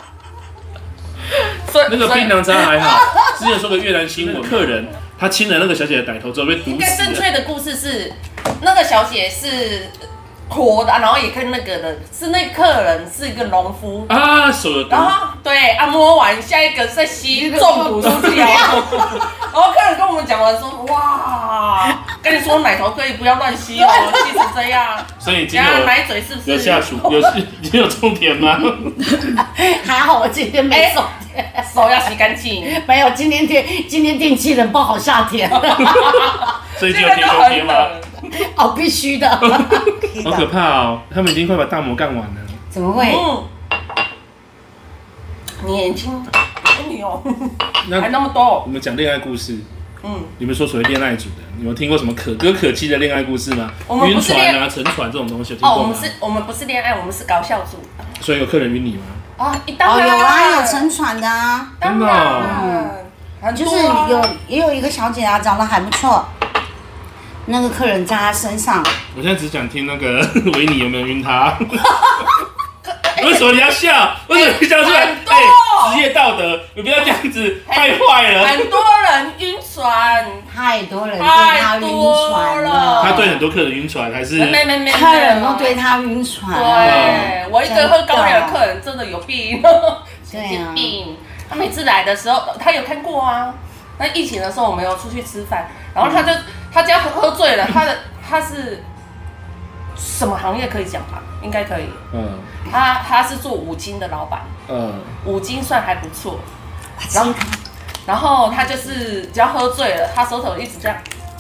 那个槟榔渣还好，之前说个越南新闻，客人他亲了那个小姐的奶头之后被毒死了。应该正确的故事是，那个小姐是活的，然后也跟那个的，是那客人是一个农夫手有毒。 然后对，摸完下一个再吸中毒出去。然后客人跟我们讲完说，哇，跟你说奶头可以不要乱吸哦，吸成这样。 所以今天奶嘴是不是有下厨？已经有种田吗？ 还好我今天没种田， 手要洗干净。 没有，今天天气冷，不好下田。 所以就有田秋天吗？ 必须的。 好可怕哦！他们已经快把大魔干完了。 怎么会？ 你眼睛，你哦，还那么多。 我们讲恋爱故事。你们说所谓恋爱组的，你有听过什么可歌可泣的恋爱故事吗？晕船啊、沉船这种东西有听过吗？ 我们不是恋爱，我们是搞笑组。 所以有客人晕你吗？ 当然有啊，有沉船的啊。 真的。 就是也有一个小姐长得还不错。那个客人在他身上， 我现在只想听那个维尼有没有晕他？为什么你要笑？为什么你笑出来？职业道德，你不要这样子，太坏了。 很多人晕船， 太多人对他晕船了。 他对很多客人晕船，还是没， 客人都对他晕船。 对，我一个喝高粱的客人真的有病，神经病。他每次来的时候，他有看过啊。那疫情的时候，我们有出去吃饭，然后他只要喝醉了，他是什么行业可以讲吧？应该可以。他是做五金的老板。五金算还不错。然后他就是只要喝醉了，他手头一直这样。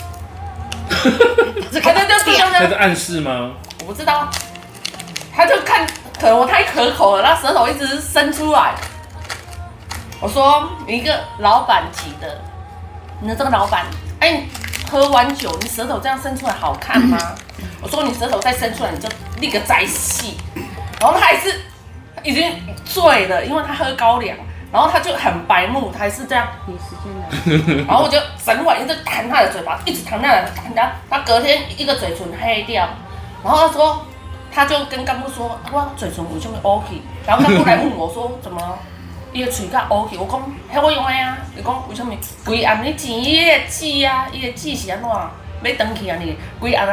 他在暗示吗？ 我不知道。他就看，可能我太可口了，他舌头一直伸出来。我说你一个老板级的，你的这个老板，喝完酒你舌头这样伸出来好看吗？我说你舌头再伸出来你就立个仔细。然后他还是已经醉了，因为他喝高粱，然后他就很白目，他还是这样。然后我就整晚一直弹他的嘴巴，一直弹他隔天一个嘴唇黑掉。然后他说，他就跟干部说，我嘴唇为什么 OK？ 然后干部来问我说怎么？伊个嘴甲乌去，我讲，迄我用的啊。伊讲为什么？规暗你钱伊个纸啊，伊个纸是安怎？要长去安尼，规暗啊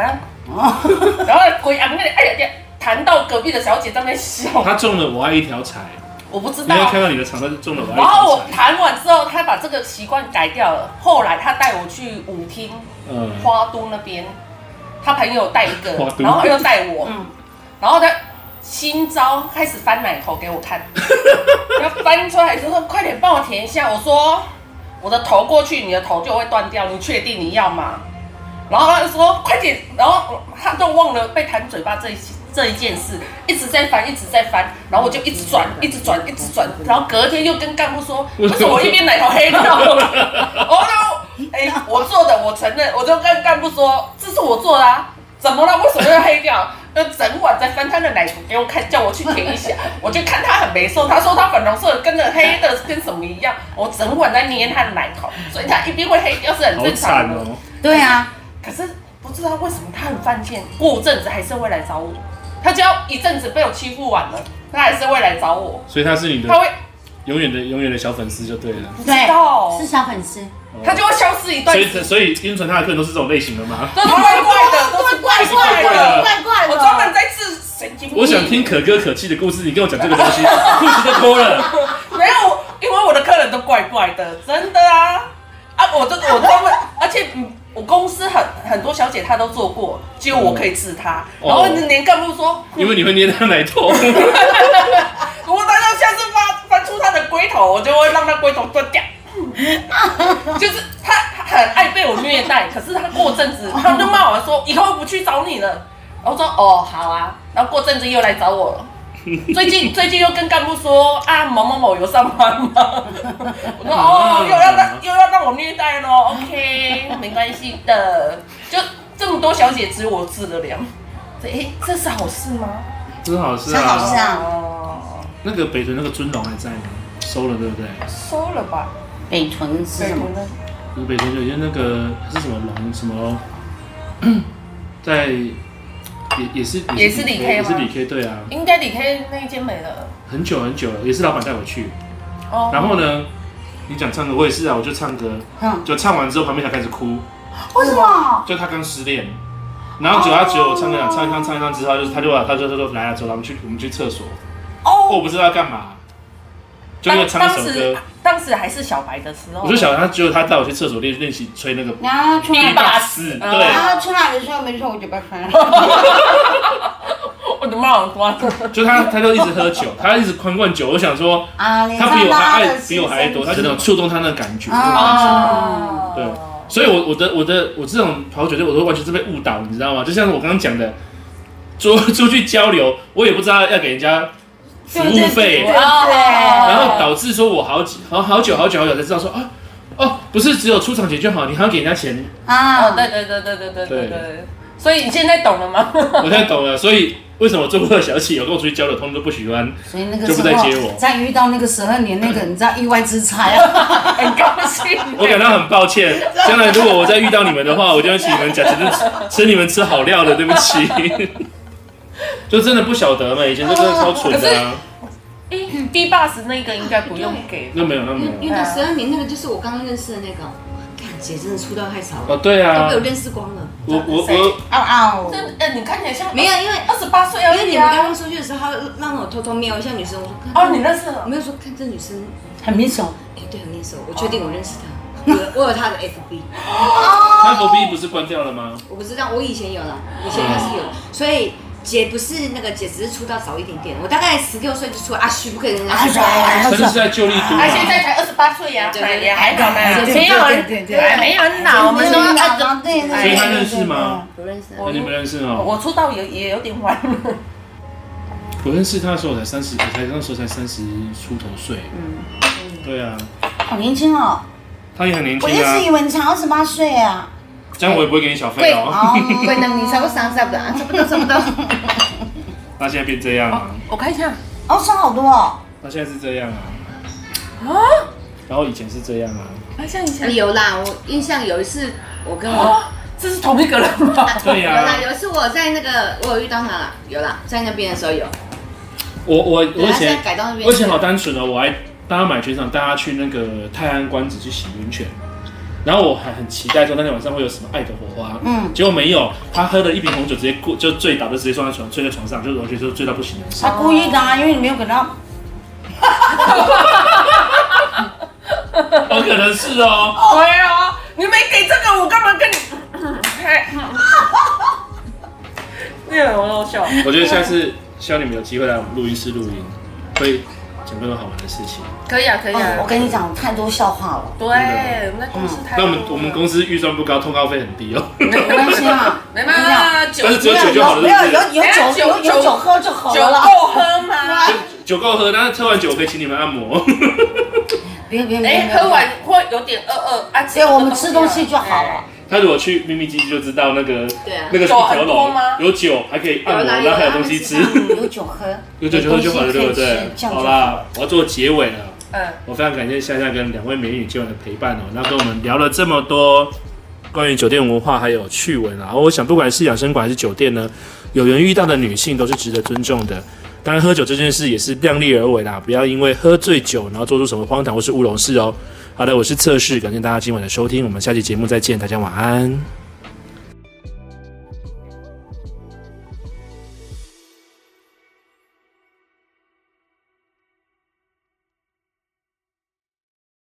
然后鬼阿妹哎呀，弹到隔壁的小姐在那边笑。 他中了我爱一条柴， 我不知道。 因为看到你的场，他就中了我爱一条柴。 然后我弹完之后，他把这个习惯改掉了。后来他带我去舞厅，花都那边，他朋友带一个，然后又带我，然后他新招开始翻奶头给我看，要翻出来就说快点帮我填一下。我说我的头过去，你的头就会断掉，你确定你要吗？然后他就说快点，然后他都忘了被弹嘴巴这一件事，一直在翻，然后我就一直转，然后隔天又跟干部说，为什么我一边奶头黑掉了？我做的，我承认，我就跟干部说，这是我做的啊，怎么了？为什么要黑掉？就整晚在翻他的奶头给我看，叫我去填一下，我就看他很没受，他说他粉红色跟着黑的跟什么一样，我整晚在捏他的奶头，所以他一边会黑掉是很正常的。 好惨哦。 对啊， 可是不知道为什么他很犯贱，过阵子还是会来找我。他只要一阵子被我欺负完了，他还是会来找我。 所以他是你的， 他会永远的小粉丝就对了。 不知道是小粉丝， 他就会消失一段时间。 所以晕船他的客人都是这种类型的吗？ 都是怪怪的，都是怪怪的。我专门在治神经病。 我想听可歌可泣的故事，你跟我讲这个东西，裤子都脱了。 没有，因为我的客人都怪怪的，真的啊！我专门，而且我公司很多小姐她都做过，只有我可以治她。然后连干部说， 因为你会捏她奶头。 如果他要下次翻出他的龟头，我就会让他龟头断掉。就是他很爱被我虐待，可是他过阵子他就骂我说以后不去找你了。然后说哦好啊，然后过阵子又来找我了。最近又跟干部说啊某某某有上班吗？我说哦又要让我虐待咯 OK 没关系的，就这么多小姐只有我治得了。这是好事吗？ 这是好事啊！ 是好事啊！ 那个北屯那个尊龙还在吗？收了对不对？ 收了吧。 北屯是什么？ 不是北屯有些那个是什么龙什么，在也是理 K 吗？ 也是理 K 对啊。 应该理 K 那一间没了。很久了，也是老板带我去。哦。然后呢，你讲唱歌，我也是啊，我就唱歌，就唱完之后旁边才开始哭。 为什么？ 就他刚失恋。然后他只有唱歌唱一唱之后，他就说来走了，我们去厕所。我不知道要干嘛，就因为唱一首歌。 当时还是小白的时候。 我就小白，他带我去厕所练习吹那个。 然后出来 84，对。 然后出来的时候没错，我就被喷了。 我的妈！ 就他就一直喝酒，他一直狂灌酒。我想说，他比我还多，他就那种触动他那个感觉。对。所以我这种跑酒队，我都完全是被误导，你知道吗？就像我刚刚讲的，出去交流，我也不知道要给人家服务费，然后导致说我好久才知道说不是只有出场钱就好，你还要给人家钱啊！对。所以你现在懂了吗？ 我现在懂了，所以为什么做过的小企有跟我出去交流，他们都不喜欢， 所以那个就不再接我。 再遇到那个12年那个，你知道意外之财啊， 很高兴。 我感到很抱歉，将来如果我再遇到你们的话，我就会请你们讲，吃你们吃好料的，对不起。就真的不晓得嘛，以前真的超蠢的啊。 B-Boss 那个应该不用给。 那没有。 因为12年那个就是我刚刚认识的那个。姐真的出道太早了哦，对啊， 都被我认识光了。 你看起来像没有，因为 28岁而已啊。 因为你们刚刚出去的时候，他让我偷偷瞄一下女生，我说你认识了？ 没有说看这女生很面熟， 对，很面熟，我确定我认识她，我有她的 FB。 他 FB 不是关掉了吗？ 我不知道，我以前有了，以前还是有，所以。姐不是那个姐，只是出道早一点点。我大概16岁就出来，许不可以人家出来。 他是在就力读。 他现在才28岁呀，也还好嘛，没有很老。我们说所以他认识吗？ 不认识。 你们认识哦？ 我出道也有点晚。 我认识他的时候那时候才30出头岁。对啊。 好年轻哦。 他也很年轻啊。 我一直以为你才28岁啊。 这样我也不会给你小费哦。 贵的你差不多30的，差不多。 那现在变这样啊？ 我看一下。 差好多哦。 那现在是这样啊？然后以前是这样啊？ 像以前有啦，我印象有一次我跟我这是同一个人吗？ 对呀。 有啦，有一次我在那个我有遇到他啦，有啦，在那边的时候有。 我以前改到那边。 我以前好单纯哦，我还帮他买全场，带他去那个泰安关子去洗温泉。 然后我还很期待说那天晚上会有什么爱的火花，结果没有，他喝了一瓶红酒直接就醉倒，就直接睡在床上，就我觉得醉到不行了。 他故意的啊，因为你没有给他。 有可能是哦。 对啊，你没给这个，我干嘛跟你？那个很好笑。 我觉得下次希望你们有机会来我们录音室录音，会讲更多好玩的事情。 可以啊，可以啊。 我跟你讲，太多笑话了。 对，我们公司太多。 那我们公司预算不高，通告费很低哦。 没关系啊， 没办法， 但是只有酒就好了， 没有酒喝就好了啦。 酒够喝吗？ 酒够喝，但是喝完酒我可以请你们按摩。 别， 喝完会有点饿啊。 对，我们吃东西就好了。 他如果去秘密基地就知道那个酒很多吗？ 有酒还可以按摩，然后还有东西吃。 有酒喝， 有酒喝就好了，对不对？好啦，我要做结尾了。我非常感谢夏夏跟2位美女今晚的陪伴哦，然后跟我们聊了这么多关于酒店文化还有趣闻啊。我想不管是养生馆还是酒店呢，有缘遇到的女性都是值得尊重的。当然，喝酒这件事也是量力而为啦，不要因为喝醉酒然后做出什么荒唐或是乌龙事哦。好的，我是测试，感谢大家今晚的收听，我们下期节目再见，大家晚安。